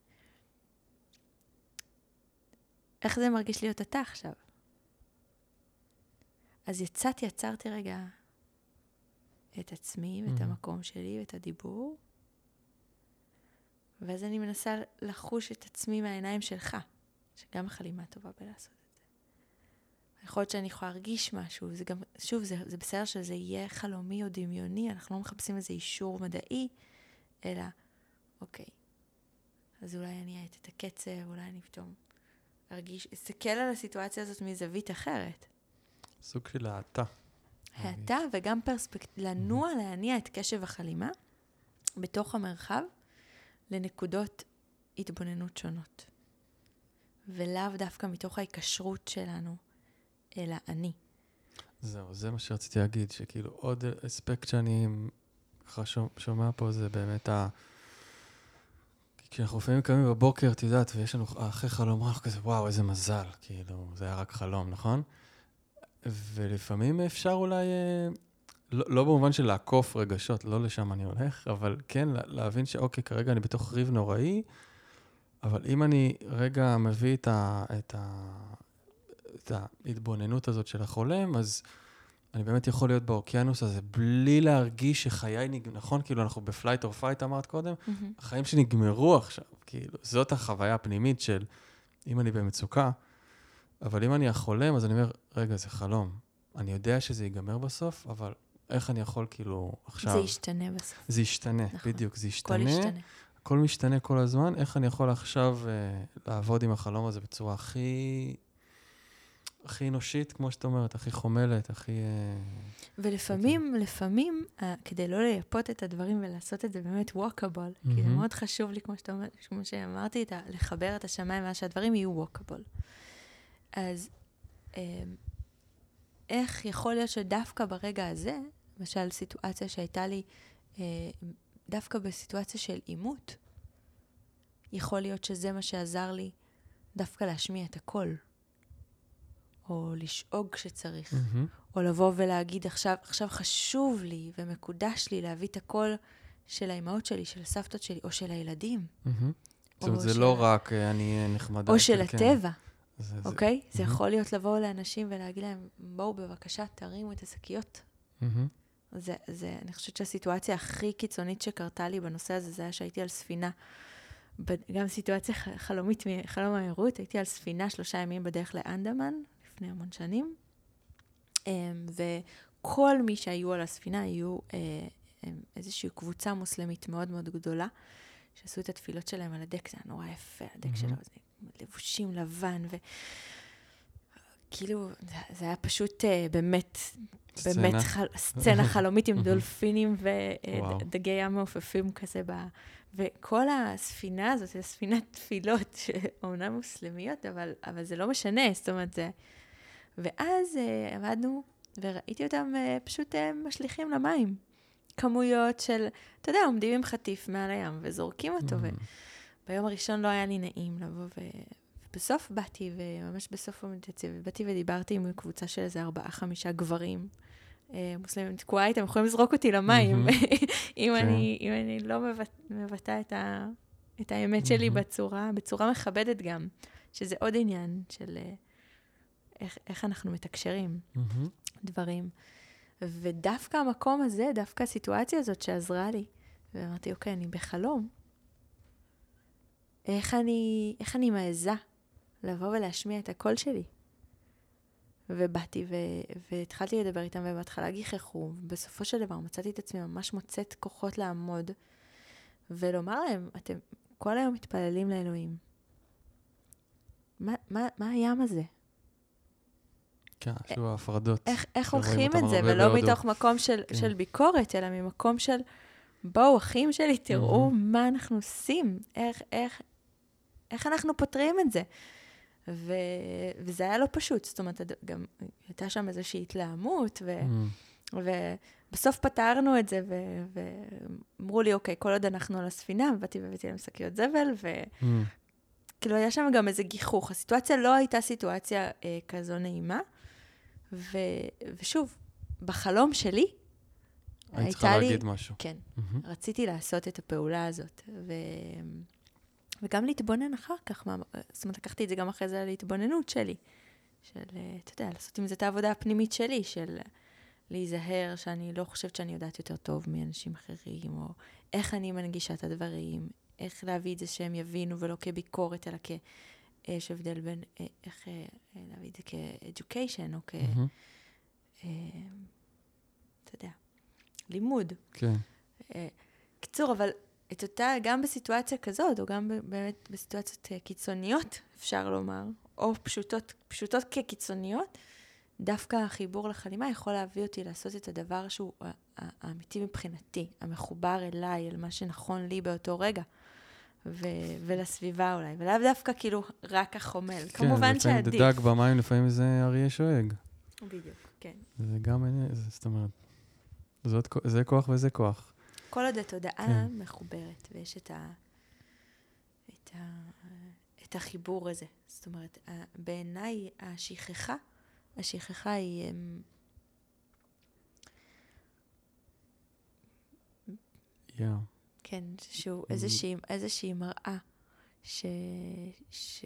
איך זה מרגיש להיות אתה עכשיו? אז יצאתי, עצרתי רגע את עצמי ואת Mhm. המקום שלי ואת הדיבור, ואז אני מנסה לחוש את עצמי מהעיניים שלך, שגם החלימה טובה בלעשות את זה. יכול להיות שאני יכולה להרגיש משהו, זה גם, שוב, זה, זה בסדר שזה יהיה חלומי או דמיוני, אנחנו לא מחפשים איזה אישור מדעי, אלא, אוקיי, אז אולי אני אעט את הקצב, אולי אני פתאום ארגיש, אסתכל על הסיטואציה הזאת מזווית אחרת. סוג של האטה. האטה וגם פרספקט... לנוע, להניע את קשב החלימה בתוך המרחב לנקודות התבוננות שונות. ולאו דווקא מתוך ההיקשרות שלנו, אלא אני. זהו, זה מה שרציתי להגיד, שכאילו עוד אספקט שאני ככה שומע פה זה באמת ה... כי כשאנחנו לפעמים קמים בבוקר, את יודעת, ויש לנו אחרי חלום, אנחנו כזה, וואו, איזה מזל, כאילו, זה היה רק חלום, נכון? ולפעמים אפשר אולי, אה, לא, לא במובן של לעקוף רגשות, לא לשם אני הולך, אבל כן להבין שאוקיי, כרגע אני בתוך ריב נוראי, אבל אם אני רגע מביא את, ה, את, ה, את ההתבוננות הזאת של החולם, אז אני באמת יכול להיות באוקיינוס הזה, בלי להרגיש שחיי נגמרו, נכון? כאילו אנחנו בפלייט או פייט אמרת קודם, Mm-hmm. החיים שנגמרו עכשיו, כאילו, זאת החוויה הפנימית של אם אני במצוקה, אבל אם אני החולם, אז אני אומר, רגע, זה חלום. אני יודע שזה ייגמר בסוף, אבל איך אני יכול כאילו עכשיו... זה ישתנה בסוף. זה ישתנה, נכון. בדיוק, זה הכל ישתנה. ישתנה. הכל משתנה כל הזמן, איך אני יכול עכשיו אה, לעבוד עם החלום הזה בצורה הכי... הכי אנושית, כמו שאת אומרת, הכי חומלת, הכי... ולפעמים, לפעמים, כדי לא לייפות את הדברים ולעשות את זה באמת walkable, כי זה מאוד חשוב לי, כמו שאתה אומר, כמו שאמרתי, לחבר את השמיים, ואז שהדברים יהיו walkable. אז איך יכול להיות שדווקא ברגע הזה, למשל סיטואציה שהייתה לי, דווקא בסיטואציה של אימות, יכול להיות שזה מה שעזר לי דווקא להשמיע את הקול, או לשאוג כשצריך, mm-hmm. או לבוא ולהגיד, עכשיו, עכשיו חשוב לי ומקודש לי להביא את הקול של האימהות שלי, של הסבתות שלי, או של הילדים. Mm-hmm. זאת אומרת, זה של... לא רק אני נחמדה. או של כן. הטבע, זה, אוקיי? זה... זה mm-hmm. יכול להיות לבוא לאנשים ולהגיד להם, בואו בבקשה, תרימו את השקיות. Mm-hmm. זה, זה, אני חושבת שהסיטואציה הכי קיצונית שקרתה לי בנושא הזה, זה היה שהייתי על ספינה, גם סיטואציה חלומית, חלום העירות, הייתי על ספינה שלושה ימים בדרך לאנדמן, לפני המון שנים, וכל מי שהיו על הספינה היו איזושהי קבוצה מוסלמית מאוד מאוד גדולה, שעשו את התפילות שלהם על הדק, זה היה נורא יפה, הדק שלו, לבושים לבן, וכאילו, זה היה פשוט באמת, באמת סצנה חלומית עם דולפינים ודגי ים מעופפים כזה ב... וכל הספינה הזאת, זו ספינת תפילות שאומנם מוסלמיות, אבל, אבל זה לא משנה, זאת אומרת, זה... ואז uh, עמדנו, וראיתי אותם uh, פשוט uh, משליכים למים. כמויות של, אתה יודע, עומדים עם חטיף מעל הים, וזורקים אותו, mm. וביום הראשון לא היה לי נעים לבוא, ו... ובסוף באתי, וממש בסוף המדיטציה, ובאתי ודיברתי עם קבוצה של איזה ארבעה, חמישה גברים, מוסלמים, תקועה איתם, יכולים לזרוק אותי למים, אם אני לא מבטא את האמת שלי בצורה, בצורה מכבדת גם, שזה עוד עניין של איך אנחנו מתקשרים דברים. ודווקא המקום הזה, דווקא הסיטואציה הזאת שעזרה לי, ואמרתי, אוקיי, אני בחלום, איך אני, איך אני מעזה לבוא ולהשמיע את הקול שלי? ובאתי ו- והתחלתי לדבר איתם, ובהתחלה גיחכו, ובסופו של דבר מצאתי את עצמי ממש מוצאת כוחות לעמוד, ולומר להם, אתם כל היום מתפללים לאלוהים. מה, מה, מה הים הזה? כן, שוב ההפרדות. איך, איך הולכים את זה, ולא בהודו. מתוך מקום של, כן. של ביקורת, אלא ממקום של, בואו, אחים שלי, תראו mm-hmm. מה אנחנו עושים, איך, איך, איך אנחנו פותרים את זה. ו... וזה היה לא פשוט, זאת אומרת, גם הייתה שם איזושהי התלהמות, ו... mm. ובסוף פתרנו את זה, ו... ואמרו לי, אוקיי, כל עוד אנחנו על הספינה, ובאתי ובאתי להם שקיות זבל, וכאילו mm. היה שם גם איזה גיחוך. הסיטואציה לא הייתה סיטואציה אה, כזו נעימה, ו... ושוב, בחלום שלי, היית צריכה לי... להגיד משהו. כן, mm-hmm. רציתי לעשות את הפעולה הזאת, ו... וגם להתבונן אחר כך, זאת אומרת, לקחתי את זה גם אחרי זה להתבוננות שלי, של, אתה יודע, לעשות עם זה את העבודה הפנימית שלי, של להיזהר שאני לא חושבת שאני יודעת יותר טוב מאנשים אחרים, או איך אני מנגישה את הדברים, איך להביא את זה שהם יבינו ולא כביקורת, אלא יש הבדל בין, איך להביא את זה כ-education, או כ... אתה יודע, לימוד. כן. קיצור, אבל... את אותה, גם בסיטואציה כזאת, או גם באמת בסיטואציות קיצוניות, אפשר לומר, או פשוטות, פשוטות כקיצוניות, דווקא החיבור לחלימה יכול להביא אותי לעשות את הדבר שהוא האמיתי מבחינתי, המחובר אליי, אל מה שנכון לי באותו רגע, ו- ולסביבה אולי, ולאו דווקא כאילו רק החומל. כן, כמובן שעדיף. לפעמים דג במים, לפעמים זה אריה שואג. בדיוק, כן. זה גם, זאת אומרת, זאת, זה כוח וזה כוח. כל עוד התודעה כן. מחוברת, ויש את, ה, את, ה, את החיבור הזה. זאת אומרת, בעיניי השכחה, השכחה היא... Yeah. כן, שהוא איזושהי, איזושהי מראה ש... ש...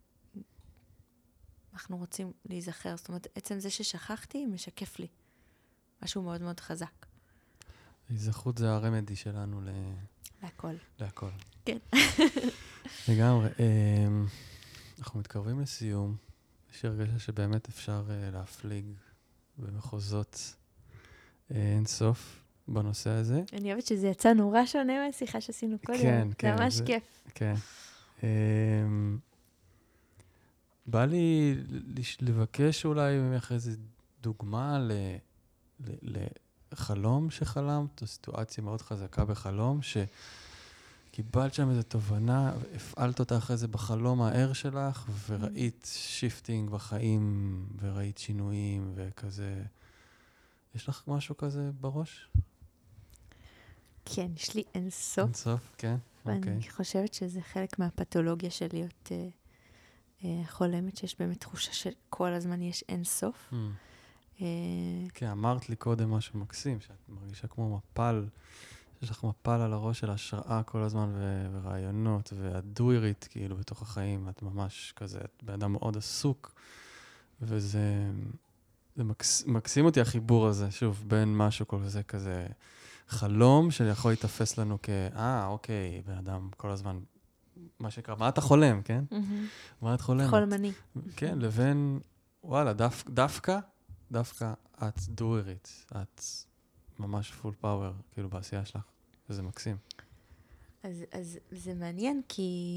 אנחנו רוצים להיזכר. זאת אומרת, עצם זה ששכחתי משקף לי משהו מאוד מאוד חזק. היזכרות זה הרמדי שלנו ל... להכל. להכל. כן. לגמרי. אנחנו מתקרבים לסיום. יש הרגשה שבאמת אפשר להפליג במחוזות אין סוף בנושא הזה. אני אוהבת שזה יצא נורא שונה מהשיחה שעשינו קודם. כן, כן. זה ממש כיף. כן. בא לי לבקש אולי ממך איזו דוגמה ל... ל... לחלום שחלמת, או סיטואציה מאוד חזקה בחלום, שקיבלת שם איזו תובנה, הפעלת אותה אחרי זה בחלום הער שלך, וראית שיפטינג בחיים, וראית שינויים וכזה. יש לך משהו כזה בראש? כן, יש לי אין סוף. אין סוף, כן. ואני okay. חושבת שזה חלק מהפתולוגיה של להיות אה, אה, חולמת, שיש באמת תחושה שכל הזמן יש אין סוף. Mm. אה... כן, אמרת לי קודם משהו מקסים, שאת מרגישה כמו מפל, יש לך מפל על הראש של השראה כל הזמן, ו- ורעיונות, והדוירית, כאילו, בתוך החיים. את ממש כזה, את באדם מאוד עסוק, וזה זה מקס, מקסים אותי החיבור הזה, שוב, בין משהו כל זה כזה, חלום שיכול להתאפס לנו כ... אה, אוקיי, בן אדם כל הזמן, מה שקרה, מה אתה חולם, כן? Mm-hmm. מה את חולמת? חולמני. כן, לבין, וואלה, דו, דווקא, דווקא את דוירית, את ממש פול פאוור, כאילו, בעשייה שלך. וזה מקסים. אז, אז זה מעניין, כי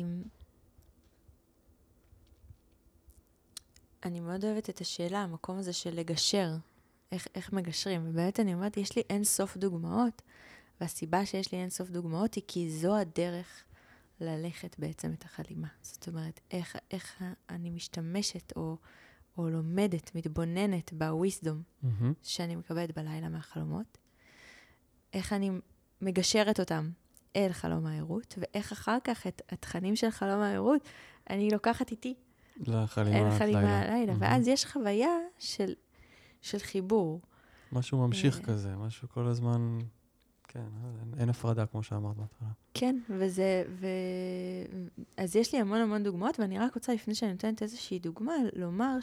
אני מאוד אוהבת את השאלה, המקום הזה של לגשר, איך, איך מגשרים. ובאמת אני אומרת, יש לי אין סוף דוגמאות, והסיבה שיש לי אין סוף דוגמאות היא כי זו הדרך ללכת בעצם את החלימה. זאת אומרת, איך, איך אני משתמשת או, או לומדת, מתבוננת בוויסדום mm-hmm. שאני מקבלת בלילה מהחלומות, איך אני מגשרת אותם אל חלום העירות, ואיך אחר כך את התכנים של חלום העירות, אני לוקחת איתי לחלימה אל חלימה הלילה. Mm-hmm. ואז יש חוויה של, של חיבור. משהו ממשיך כזה, משהו כל הזמן, כן, אין, אין הפרדה כמו שאמרת בהתחלה. כן, וזה, ו... אז יש לי המון המון דוגמאות, ואני רק רוצה לפני שאני נותנת איזושהי דוגמה, לומר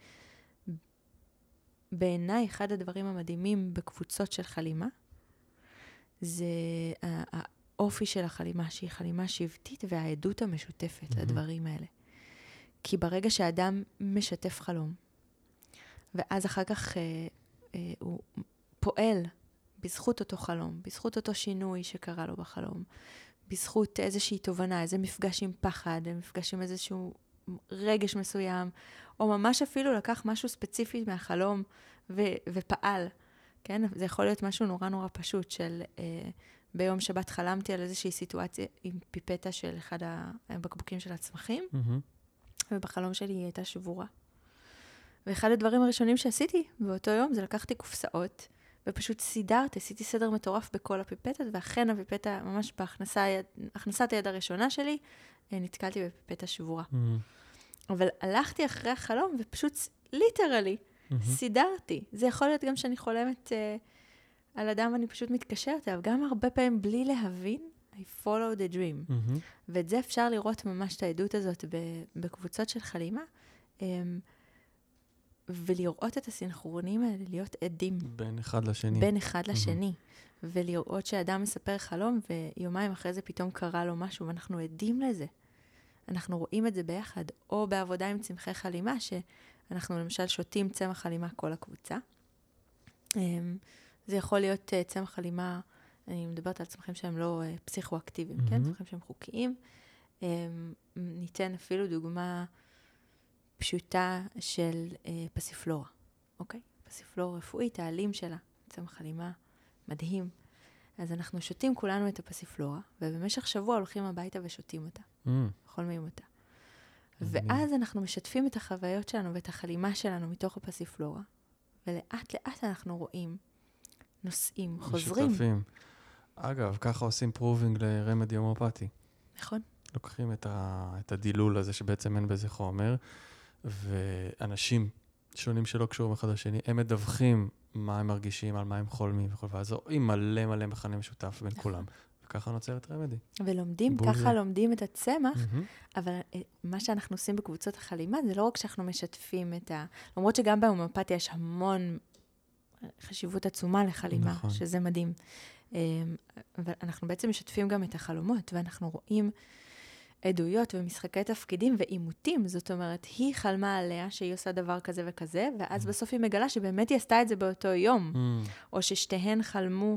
שבעיניי אחד הדברים המדהימים בקבוצות של חלימה, זה האופי של החלימה, שהיא חלימה שבטית, והעדות המשותפת mm-hmm. לדברים האלה. כי ברגע שאדם משתף חלום, ואז אחר כך אה, אה, הוא פועל בזכות אותו חלום, בזכות אותו שינוי שקרה לו בחלום, בזכות איזושהי תובנה, איזה מפגש עם פחד, מפגש עם איזשהו רגש מסוים, או ממש אפילו לקח משהו ספציפי מהחלום ו- ופעל. כן? זה יכול להיות משהו נורא נורא פשוט של אה, ביום שבת חלמתי על איזושהי סיטואציה עם פיפטה של אחד הבקבוקים של הצמחים, mm-hmm. ובחלום שלי היא הייתה שבורה. ואחד הדברים הראשונים שעשיתי באותו יום זה לקחתי קופסאות, ופשוט סידרתי, עשיתי סדר מטורף בכל הפיפטות, ואכן הפיפטה, ממש בהכנסת היד הראשונה שלי, נתקלתי בפיפטה שבורה. Mm-hmm. אבל הלכתי אחרי החלום, ופשוט ליטרלי, mm-hmm. סידרתי. זה יכול להיות גם שאני חולמת uh, על אדם ואני פשוט מתקשרת אליו, גם הרבה פעמים בלי להבין, I follow the dream. Mm-hmm. ואת זה אפשר לראות ממש את העדות הזאת בקבוצות של חלימה, um, ולראות את הסינכרונים האלה, להיות עדים. בין אחד לשני. בין אחד לשני. Mm-hmm. ולראות שאדם מספר חלום, ויומיים אחרי זה פתאום קרה לו משהו, ואנחנו עדים לזה. אנחנו רואים את זה ביחד, או בעבודה עם צמחי חלימה, שאנחנו למשל שותים צמח חלימה כל הקבוצה. זה יכול להיות צמח חלימה, אני מדברת על צמחים שהם לא פסיכואקטיביים, mm-hmm. כן? צמחים שהם חוקיים. ניתן אפילו דוגמה פשוטה של אה, פסיפלורה, אוקיי? פסיפלורה רפואית, העלים שלה, צמח חלימה מדהים. אז אנחנו שותים כולנו את הפסיפלורה, ובמשך שבוע הולכים הביתה ושותים אותה. Mm. חולמים אותה. ואז אנחנו משתפים את החוויות שלנו ואת החלימה שלנו מתוך הפסיפלורה, ולאט לאט אנחנו רואים נושאים, חוזרים. משותפים. אגב, ככה עושים פרובינג לרמדי הומאופתי. נכון. לוקחים את, ה, את הדילול הזה שבעצם אין בזה חומר, ואנשים שונים שלא קשורים אחד לשני, הם מדווחים מה הם מרגישים, על מה הם חולמים וכל, ואז רואים מלא מלא מכנה משותף בין כולם. וככה נוצרת רמדי. ולומדים, ככה לומדים את הצמח, אבל מה שאנחנו עושים בקבוצות החלימה, זה לא רק שאנחנו משתפים את ה... למרות שגם בהומאופתיה יש המון חשיבות עצומה לחלימה, שזה מדהים. אבל אנחנו בעצם משתפים גם את החלומות, ואנחנו רואים עדויות ומשחקי תפקידים ועימותים. זאת אומרת, היא חלמה עליה שהיא עושה דבר כזה וכזה, ואז בסוף היא מגלה שבאמת היא עשתה את זה באותו יום. או ששתיהן חלמו,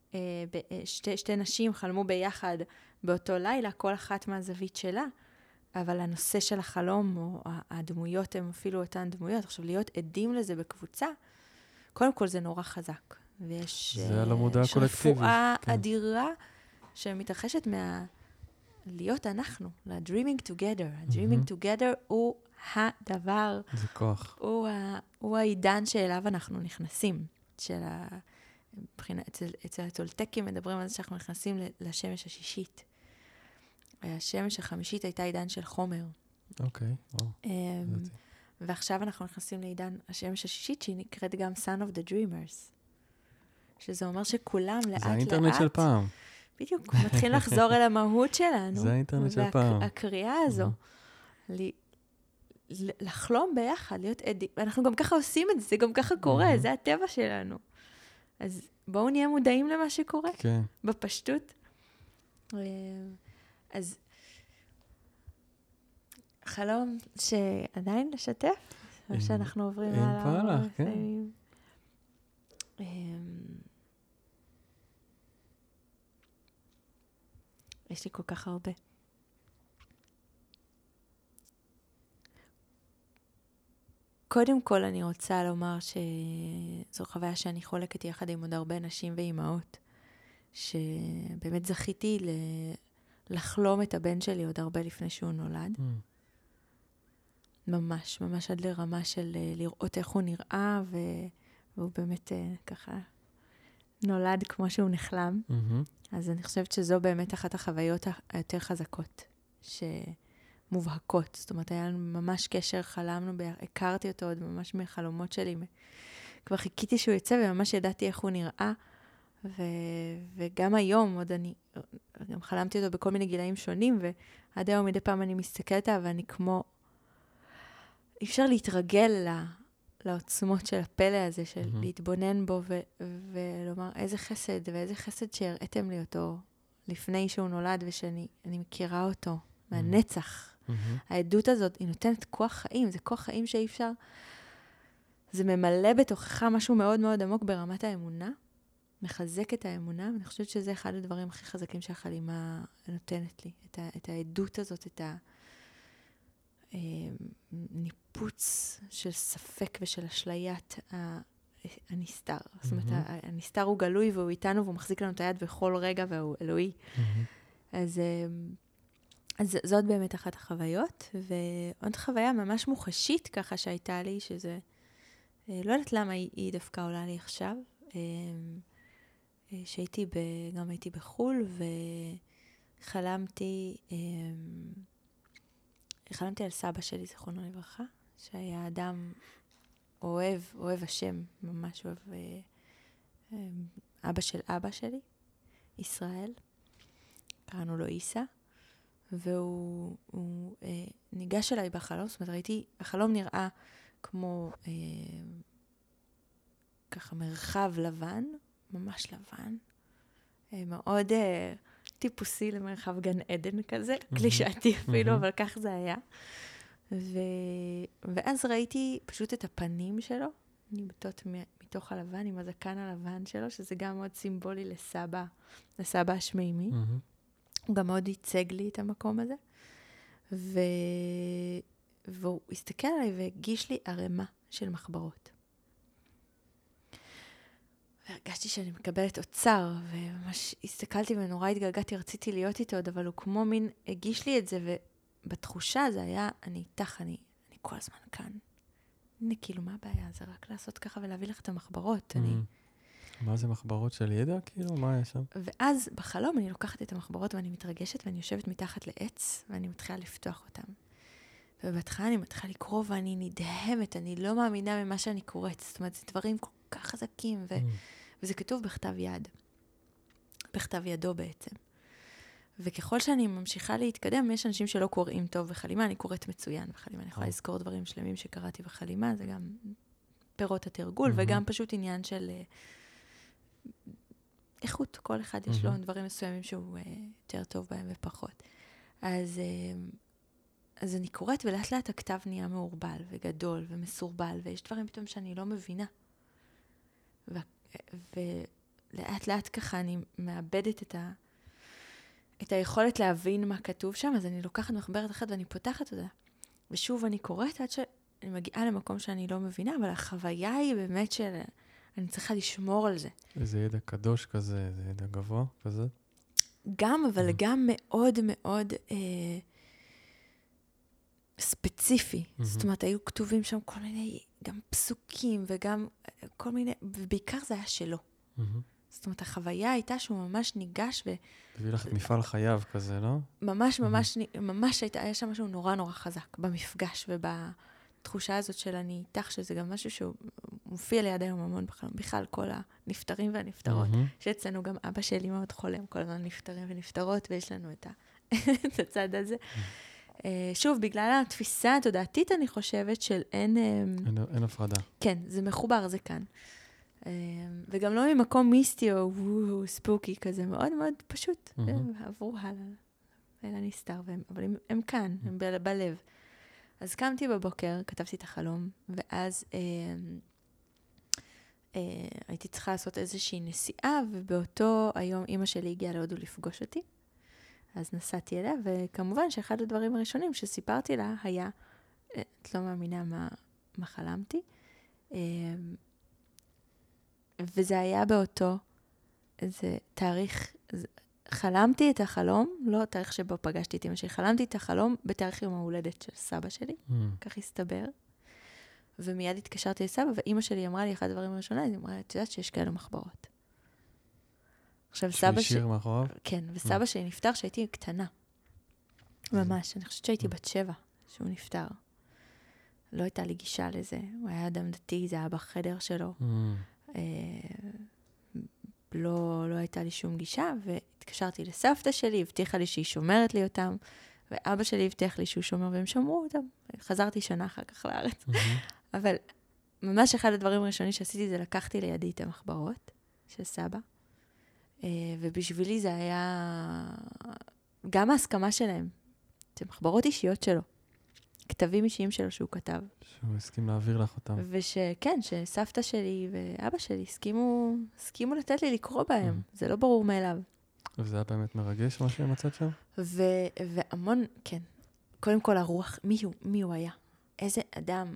שתי, שתי נשים חלמו ביחד באותו לילה, כל אחת מהזווית שלה. אבל הנושא של החלום, או הדמויות הן אפילו אותן דמויות. עכשיו, להיות עדים לזה בקבוצה, קודם כל זה נורא חזק. ויש זה על המודע הקולקטיבי. רפואה כן. אדירה שמתרחשת מה... להיות אנחנו, ל-dreaming together. ה-dreaming mm-hmm. together הוא הדבר. זה כוח. הוא, ה... הוא העידן שאליו אנחנו נכנסים. של ה... מבחינה, אצל, אצל הטולטקים מדברים על זה שאנחנו נכנסים לשמש השישית. השמש החמישית הייתה עידן של חומר. אוקיי, וואו. Um, ועכשיו אנחנו נכנסים לעידן השמש השישית, שהיא נקראת גם Sun of the Dreamers. שזה אומר שכולם לאט לאט... זה האינטרנט של פעם. בדיוק, מתחיל לחזור אל המהות שלנו. זה האינטרנט של פעם. והקריאה הזו, לחלום ביחד, להיות עדים. ואנחנו גם ככה עושים את זה, זה גם ככה קורה, זה הטבע שלנו. אז בואו נהיה מודעים למה שקורה. כן. בפשטות. אז חלום שעדיין לשתף, או שאנחנו עוברים הלאה. אין פעלה, כן. יש לי כל כך הרבה. קודם כל אני רוצה לומר שזו חוויה שאני חולקת יחד עם עוד הרבה נשים ואימהות, שבאמת זכיתי ל... לחלום את הבן שלי עוד הרבה לפני שהוא נולד. Mm. ממש, ממש עד לרמה של לראות איך הוא נראה, ו... והוא באמת ככה נולד כמו שהוא נחלם. Mm-hmm. אז אני חושבת שזו באמת אחת החוויות היותר חזקות, שמובהקות. זאת אומרת, היה לנו ממש קשר, חלמנו, הכרתי אותו עוד ממש מחלומות שלי. כבר חיכיתי שהוא יצא, וממש ידעתי איך הוא נראה. ו... וגם היום, עוד אני, גם חלמתי אותו בכל מיני גילאים שונים, ועד היום מדי פעם אני מסתכלת עליו, ואני כמו, אי אפשר להתרגל לה, לעוצמות של הפלא הזה, של mm-hmm. להתבונן בו, ו... ולומר איזה חסד, ואיזה חסד שהראיתם לי אותו, לפני שהוא נולד, ושאני אני מכירה אותו, mm-hmm. מהנצח. Mm-hmm. העדות הזאת, היא נותנת כוח חיים, זה כוח חיים שאי אפשר, זה ממלא בתוכך משהו מאוד מאוד עמוק ברמת האמונה, מחזק את האמונה, ואני חושבת שזה אחד הדברים הכי חזקים שהחלימה נותנת לי. את, ה, את העדות הזאת, את הניפוץ של ספק ושל אשליית הנסתר. Mm-hmm. זאת אומרת, הנסתר הוא גלוי והוא איתנו, והוא מחזיק לנו את היד בכל רגע, והוא אלוהי. Mm-hmm. אז, אז זאת באמת אחת החוויות, ועוד חוויה ממש מוחשית ככה שהייתה לי, שזה, לא יודעת למה היא, היא דווקא עולה לי עכשיו, שהייתי, ב, גם הייתי בחול, וחלמתי, חלמתי על סבא שלי, זכרונו לברכה, שהיה אדם אוהב, אוהב השם, ממש אוהב, אבא של אבא שלי, ישראל, קראנו לו איסה, והוא הוא, אה, ניגש אליי בחלום, זאת אומרת, ראיתי, החלום נראה כמו אה, ככה מרחב לבן, ממש לבן, אה, מאוד אה, טיפוסי למרחב גן עדן כזה, mm-hmm. קלישאתי אפילו, mm-hmm. אבל כך זה היה. ו... ואז ראיתי פשוט את הפנים שלו, ניבטות מתוך הלבן, עם הזקן הלבן שלו, שזה גם מאוד סימבולי לסבא, לסבא השמימי. Mm-hmm. הוא גם מאוד ייצג לי את המקום הזה. ו... והוא הסתכל עליי והגיש לי ערימה של מחברות. והרגשתי שאני מקבלת אוצר, וממש הסתכלתי ונורא התגלגלתי, רציתי להיות איתו עוד, אבל הוא כמו מין הגיש לי את זה, ובתחושה זה היה, אני איתך, אני, אני כל הזמן כאן. הנה, כאילו, מה הבעיה? זה רק לעשות ככה ולהביא לך את המחברות. Mm-hmm. אני... מה זה מחברות של ידע? כאילו, מה היה שם? ואז בחלום אני לוקחת את המחברות ואני מתרגשת, ואני יושבת מתחת לעץ, ואני מתחילה לפתוח אותם. ובהתחלה אני מתחילה לקרוא, ואני נדהמת, אני לא מאמינה ממה שאני קוראת. זאת אומרת, זה דברים כל כך חזקים, ו... mm. וזה כתוב בכתב יד. בכתב ידו בעצם. וככל שאני ממשיכה להתקדם, יש אנשים שלא קוראים טוב בחלימה, אני קוראת מצוין בחלימה. אני יכולה לזכור דברים שלמים שקראתי בחלימה, זה גם פירות התרגול, mm-hmm. וגם פשוט עניין של איכות. כל אחד mm-hmm. יש לו דברים מסוימים שהוא uh, יותר טוב בהם ופחות. אז... Uh, אז אני קוראת, ולאט לאט הכתב נהיה מעורבל וגדול ומסורבל, ויש דברים פתאום שאני לא מבינה. ו- ולאט לאט ככה אני מאבדת את, ה- את היכולת להבין מה כתוב שם, אז אני לוקחת מחברת אחת ואני פותחת אותה. ושוב אני קוראת עד שאני מגיעה למקום שאני לא מבינה, אבל החוויה היא באמת של... אני צריכה לשמור על זה. איזה ידע קדוש כזה, איזה ידע גבוה כזה. גם, אבל mm-hmm. גם מאוד מאוד אה, ספציפי. Mm-hmm. זאת אומרת, היו כתובים שם כל מיני, גם פסוקים וגם כל מיני, ובעיקר זה היה שלו. Mm-hmm. זאת אומרת, החוויה הייתה שהוא ממש ניגש ו... הביא לך את מפעל חייו כזה, לא? ממש, ממש, mm-hmm. ממש הייתה, היה שם משהו נורא נורא חזק במפגש ובתחושה הזאת של אני איתך, שזה גם משהו שהוא מופיע ליד היום המון בחלום. בכלל, כל הנפטרים והנפטרות, mm-hmm. שאצלנו גם אבא שלי מאוד חולם, כל הזמן נפטרים ונפטרות, ויש לנו את, ה... את הצד הזה. Mm-hmm. שוב, בגלל התפיסה התודעתית, אני חושבת של אין... אין, אין הפרדה. כן, זה מחובר, זה כאן. וגם לא ממקום מיסטי או וואו, ספוקי כזה, מאוד מאוד פשוט. Mm-hmm. עברו הלאה, אל הנסתר, והם, אבל הם, הם כאן, mm-hmm. הם ב- בלב. אז קמתי בבוקר, כתבתי את החלום, ואז אה, אה, הייתי צריכה לעשות איזושהי נסיעה, ובאותו היום אמא שלי הגיעה להודו לפגוש אותי. אז נסעתי אליה, וכמובן שאחד הדברים הראשונים שסיפרתי לה היה, את לא מאמינה מה, מה חלמתי, אה, וזה היה באותו, איזה תאריך, חלמתי את החלום, לא תאריך שבו פגשתי את אמא שלי, חלמתי את החלום בתאריך יום ההולדת של סבא שלי, mm. כך הסתבר, ומיד התקשרתי לסבא, ואמא שלי אמרה לי, אחד הדברים הראשונה, היא אמרה, את יודעת שיש כאלה מחברות. עכשיו סבא שלי... שיר מאחוריו? כן, וסבא mm. שלי נפטר שהייתי קטנה. ממש, אני חושבת שהייתי mm. בת שבע, שהוא נפטר. לא הייתה לי גישה לזה, הוא היה אדם דתי, זה היה בחדר שלו. Mm. לא, לא הייתה לי שום גישה, והתקשרתי לסבתא שלי, הבטיחה לי שהיא שומרת לי אותם, ואבא שלי הבטיח לי שהוא שומר, והם שמרו אותם. חזרתי שנה אחר כך לארץ. Mm-hmm. אבל ממש אחד הדברים הראשונים שעשיתי זה לקחתי לידי את המחברות של סבא, ובשבילי זה היה גם ההסכמה שלהם. זה מחברות אישיות שלו. כתבים אישיים שלו שהוא כתב. שהוא הסכים להעביר לך אותם. ושכן, שסבתא שלי ואבא שלי הסכימו, הסכימו לתת לי לקרוא בהם. Mm. זה לא ברור מאליו. וזה היה באמת מרגש מה שמצאת שם? ו- והמון, כן. קודם כל הרוח, מי הוא, מי הוא היה? איזה אדם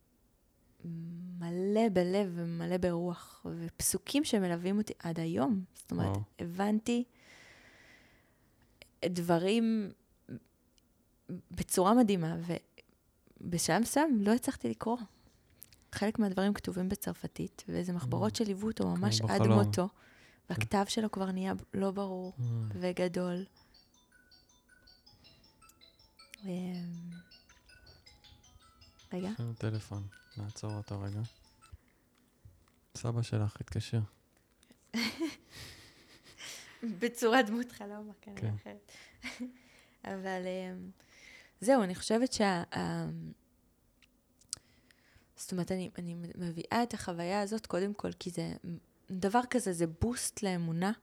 מלא בלב ומלא ברוח, ופסוקים שמלווים אותי עד היום. זאת אומרת, או. הבנתי דברים בצורה מדהימה, ו... בשלב מסוים לא הצלחתי לקרוא. חלק מהדברים כתובים בצרפתית, ואיזה מחברות שליוו אותו ממש עד מותו, והכתב שלו כבר נהיה לא ברור וגדול. רגע. יש לנו טלפון, נעצור אותו רגע. סבא שלך התקשר. בצורה דמות חלום, כנראה אחרת. אבל... זהו, אני חושבת שה... זאת אומרת, אני, אני מביאה את החוויה הזאת קודם כל, כי זה דבר כזה, זה בוסט לאמונה,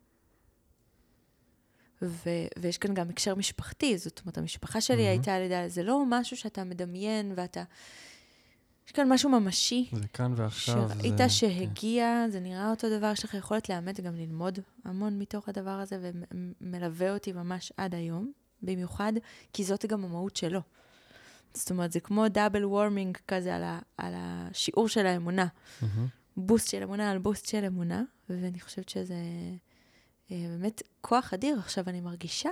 ו, ויש כאן גם הקשר משפחתי, זאת אומרת, המשפחה שלי mm-hmm. הייתה על ידי, זה לא משהו שאתה מדמיין, ואתה... יש כאן משהו ממשי. זה כאן ועכשיו. שראית זה... שהגיע, כן. זה נראה אותו דבר, יש לך יכולת לאמת גם ללמוד המון מתוך הדבר הזה, ומלווה אותי ממש עד היום. במיוחד, כי זאת גם המהות שלו. זאת אומרת, זה כמו דאבל וורמינג כזה על, ה, על השיעור של האמונה. Mm-hmm. בוסט של אמונה על בוסט של אמונה, ואני חושבת שזה אה, באמת כוח אדיר. עכשיו אני מרגישה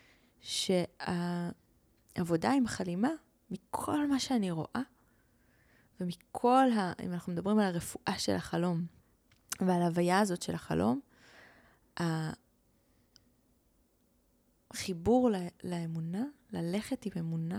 שהעבודה עם החלימה, מכל מה שאני רואה, ומכל, ה, אם אנחנו מדברים על הרפואה של החלום, ועל ההוויה הזאת של החלום, ה... חיבור לאמונה, ללכת עם אמונה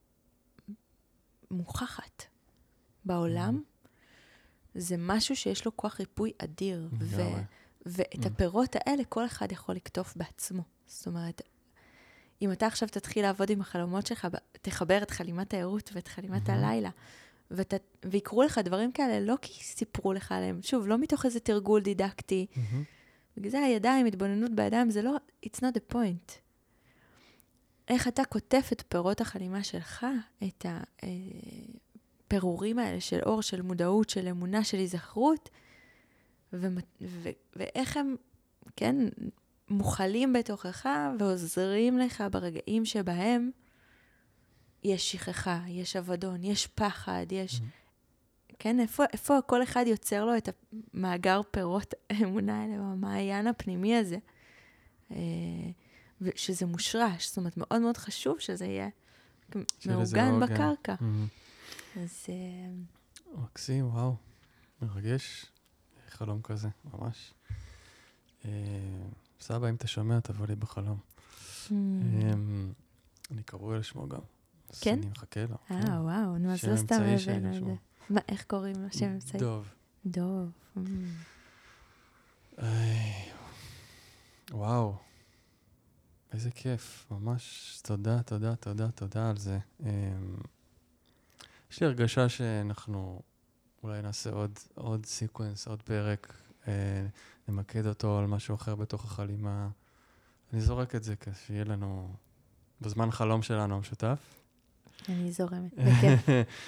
מוכחת בעולם, זה משהו שיש לו כוח ריפוי אדיר, ו- ואת הפירות האלה כל אחד יכול לקטוף בעצמו. זאת אומרת, אם אתה עכשיו תתחיל לעבוד עם החלומות שלך, תחבר את חלימת הערות ואת חלימת הלילה, ות- ויקרו לך דברים כאלה, לא כי סיפרו לך עליהם, שוב, לא מתוך איזה תרגול דידקטי, בגלל זה הידיים, התבוננות בידיים, זה לא, it's not the point. איך אתה כותף את פירות החלימה שלך, את הפירורים האלה של אור, של מודעות, של אמונה, של היזכרות, ו- ו- ואיך הם, כן, מוכלים בתוכך ועוזרים לך ברגעים שבהם יש שכחה, יש עבדון, יש פחד, יש... כן, איפה, איפה כל אחד יוצר לו את המאגר פירות האמונה האלה, או המעיין הפנימי הזה, שזה מושרש, זאת אומרת, מאוד מאוד חשוב שזה יהיה מעוגן בקרקע. אז... מקסים, וואו, מרגש, חלום כזה, ממש. סבא, אם אתה שומע, תבוא לי בחלום. אני קרוי לשמו גם. כן? אני מחכה לו. אה, וואו, נו, אז לא סתם הבאנו את זה. מה, איך קוראים לו? שם אמצעי? דוב. דוב. וואו. איזה כיף. ממש תודה, תודה, תודה, תודה על זה. יש לי הרגשה שאנחנו אולי נעשה עוד, עוד סיקוונס, עוד פרק, נמקד אותו על משהו אחר בתוך החלימה. אני זורק את זה כדי שיהיה לנו בזמן חלום שלנו המשותף. אני זורמת, בכיף.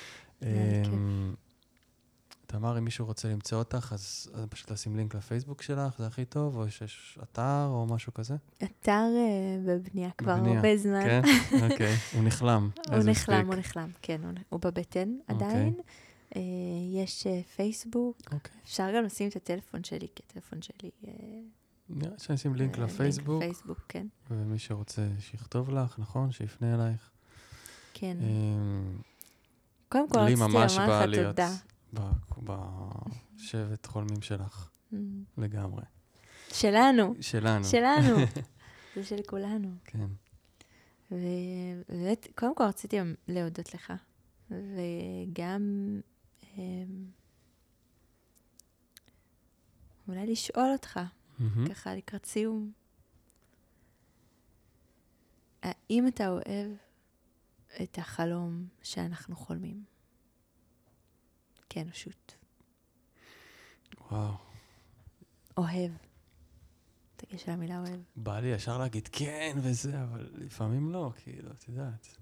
תמר, אם מישהו רוצה למצוא אותך, אז פשוט לשים לינק לפייסבוק שלך, זה הכי טוב, או שיש אתר או משהו כזה? אתר בבנייה כבר הרבה זמן. כן? אוקיי. הוא נחלם. הוא נחלם, הוא נחלם, כן. הוא בבטן עדיין. יש פייסבוק. אפשר גם לשים את הטלפון שלי, כי הטלפון שלי... נראה שאני אשים לינק לפייסבוק. לינק לפייסבוק, כן. ומי שרוצה שיכתוב לך, נכון? שיפנה אלייך. כן. קודם כל רציתי לומר לך תודה. בשבט חולמים שלך. לגמרי. שלנו. שלנו. שלנו. זה של כולנו. כן. ובאמת, קודם כל רציתי להודות לך. וגם אולי לשאול אותך, ככה לקראת סיום. האם אתה אוהב את החלום שאנחנו חולמים? כאנושות. וואו. אוהב. תגיש על המילה אוהב. בא לי ישר להגיד כן וזה, אבל לפעמים לא, כאילו, את יודעת.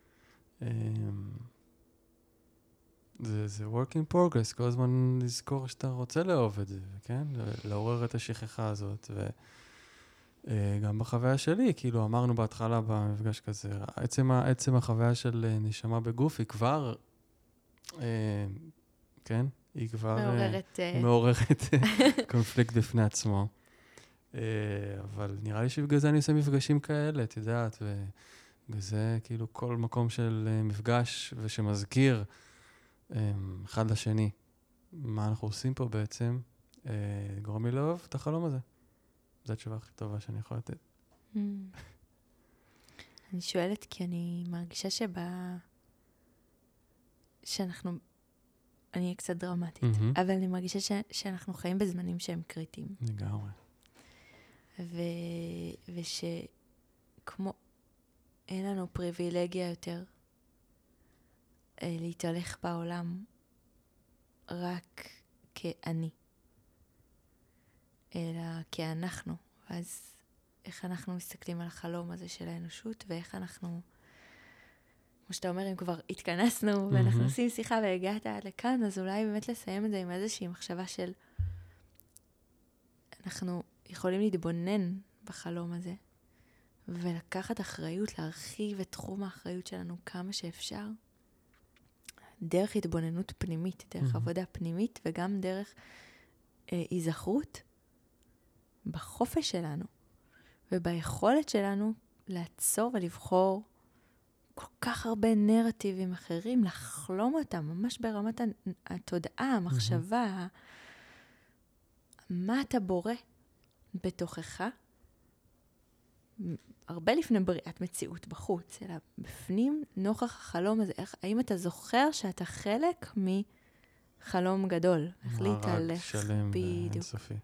זה, זה work in progress, כל הזמן לזכור שאתה רוצה לאהוב את זה, כן? לעורר את השכחה הזאת, וגם בחוויה שלי, כאילו, אמרנו בהתחלה במפגש כזה, עצם, עצם החוויה של נשמה בגוף היא כבר, כן? היא כבר מעוררת, מעוררת קונפליקט בפני עצמו. אבל נראה לי שבגלל זה אני עושה מפגשים כאלה, את יודעת, ובגלל זה כאילו כל מקום של מפגש ושמזכיר אחד לשני, מה אנחנו עושים פה בעצם, גורם לי לאהוב את החלום הזה. זו התשובה הכי טובה שאני יכול לתת. אני שואלת כי אני מרגישה שבה... שאנחנו... אני אהיה קצת דרמטית, אבל אני מרגישה ש... שאנחנו חיים בזמנים שהם קריטיים. לגמרי. ו... ושכמו אין לנו פריבילגיה יותר אה, להתהלך בעולם רק כאני, אלא כאנחנו. אז איך אנחנו מסתכלים על החלום הזה של האנושות, ואיך אנחנו, כמו שאתה אומר, אם כבר התכנסנו ואנחנו mm-hmm. עושים שיחה והגעת עד לכאן, אז אולי באמת לסיים את זה עם איזושהי מחשבה של אנחנו יכולים להתבונן בחלום הזה, ולקחת אחריות, להרחיב את תחום האחריות שלנו כמה שאפשר, דרך התבוננות פנימית, דרך mm-hmm. עבודה פנימית, וגם דרך אה, היזכרות בחופש שלנו, וביכולת שלנו לעצור ולבחור כל כך הרבה נרטיבים אחרים, לחלום אותם, ממש ברמת התודעה, המחשבה, mm-hmm. מה אתה בורא בתוכך, הרבה לפני בריאת מציאות בחוץ, אלא בפנים, נוכח החלום הזה, איך, האם אתה זוכר שאתה חלק מחלום גדול? החליט עליך שלם ואינסופי.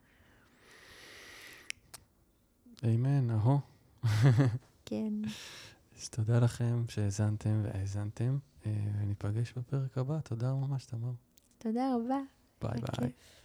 אמן, אהו. כן. אז תודה לכם שהאזנתם והאזנתם, וניפגש בפרק הבא. תודה ממש, תמר. תודה רבה. ביי ביי.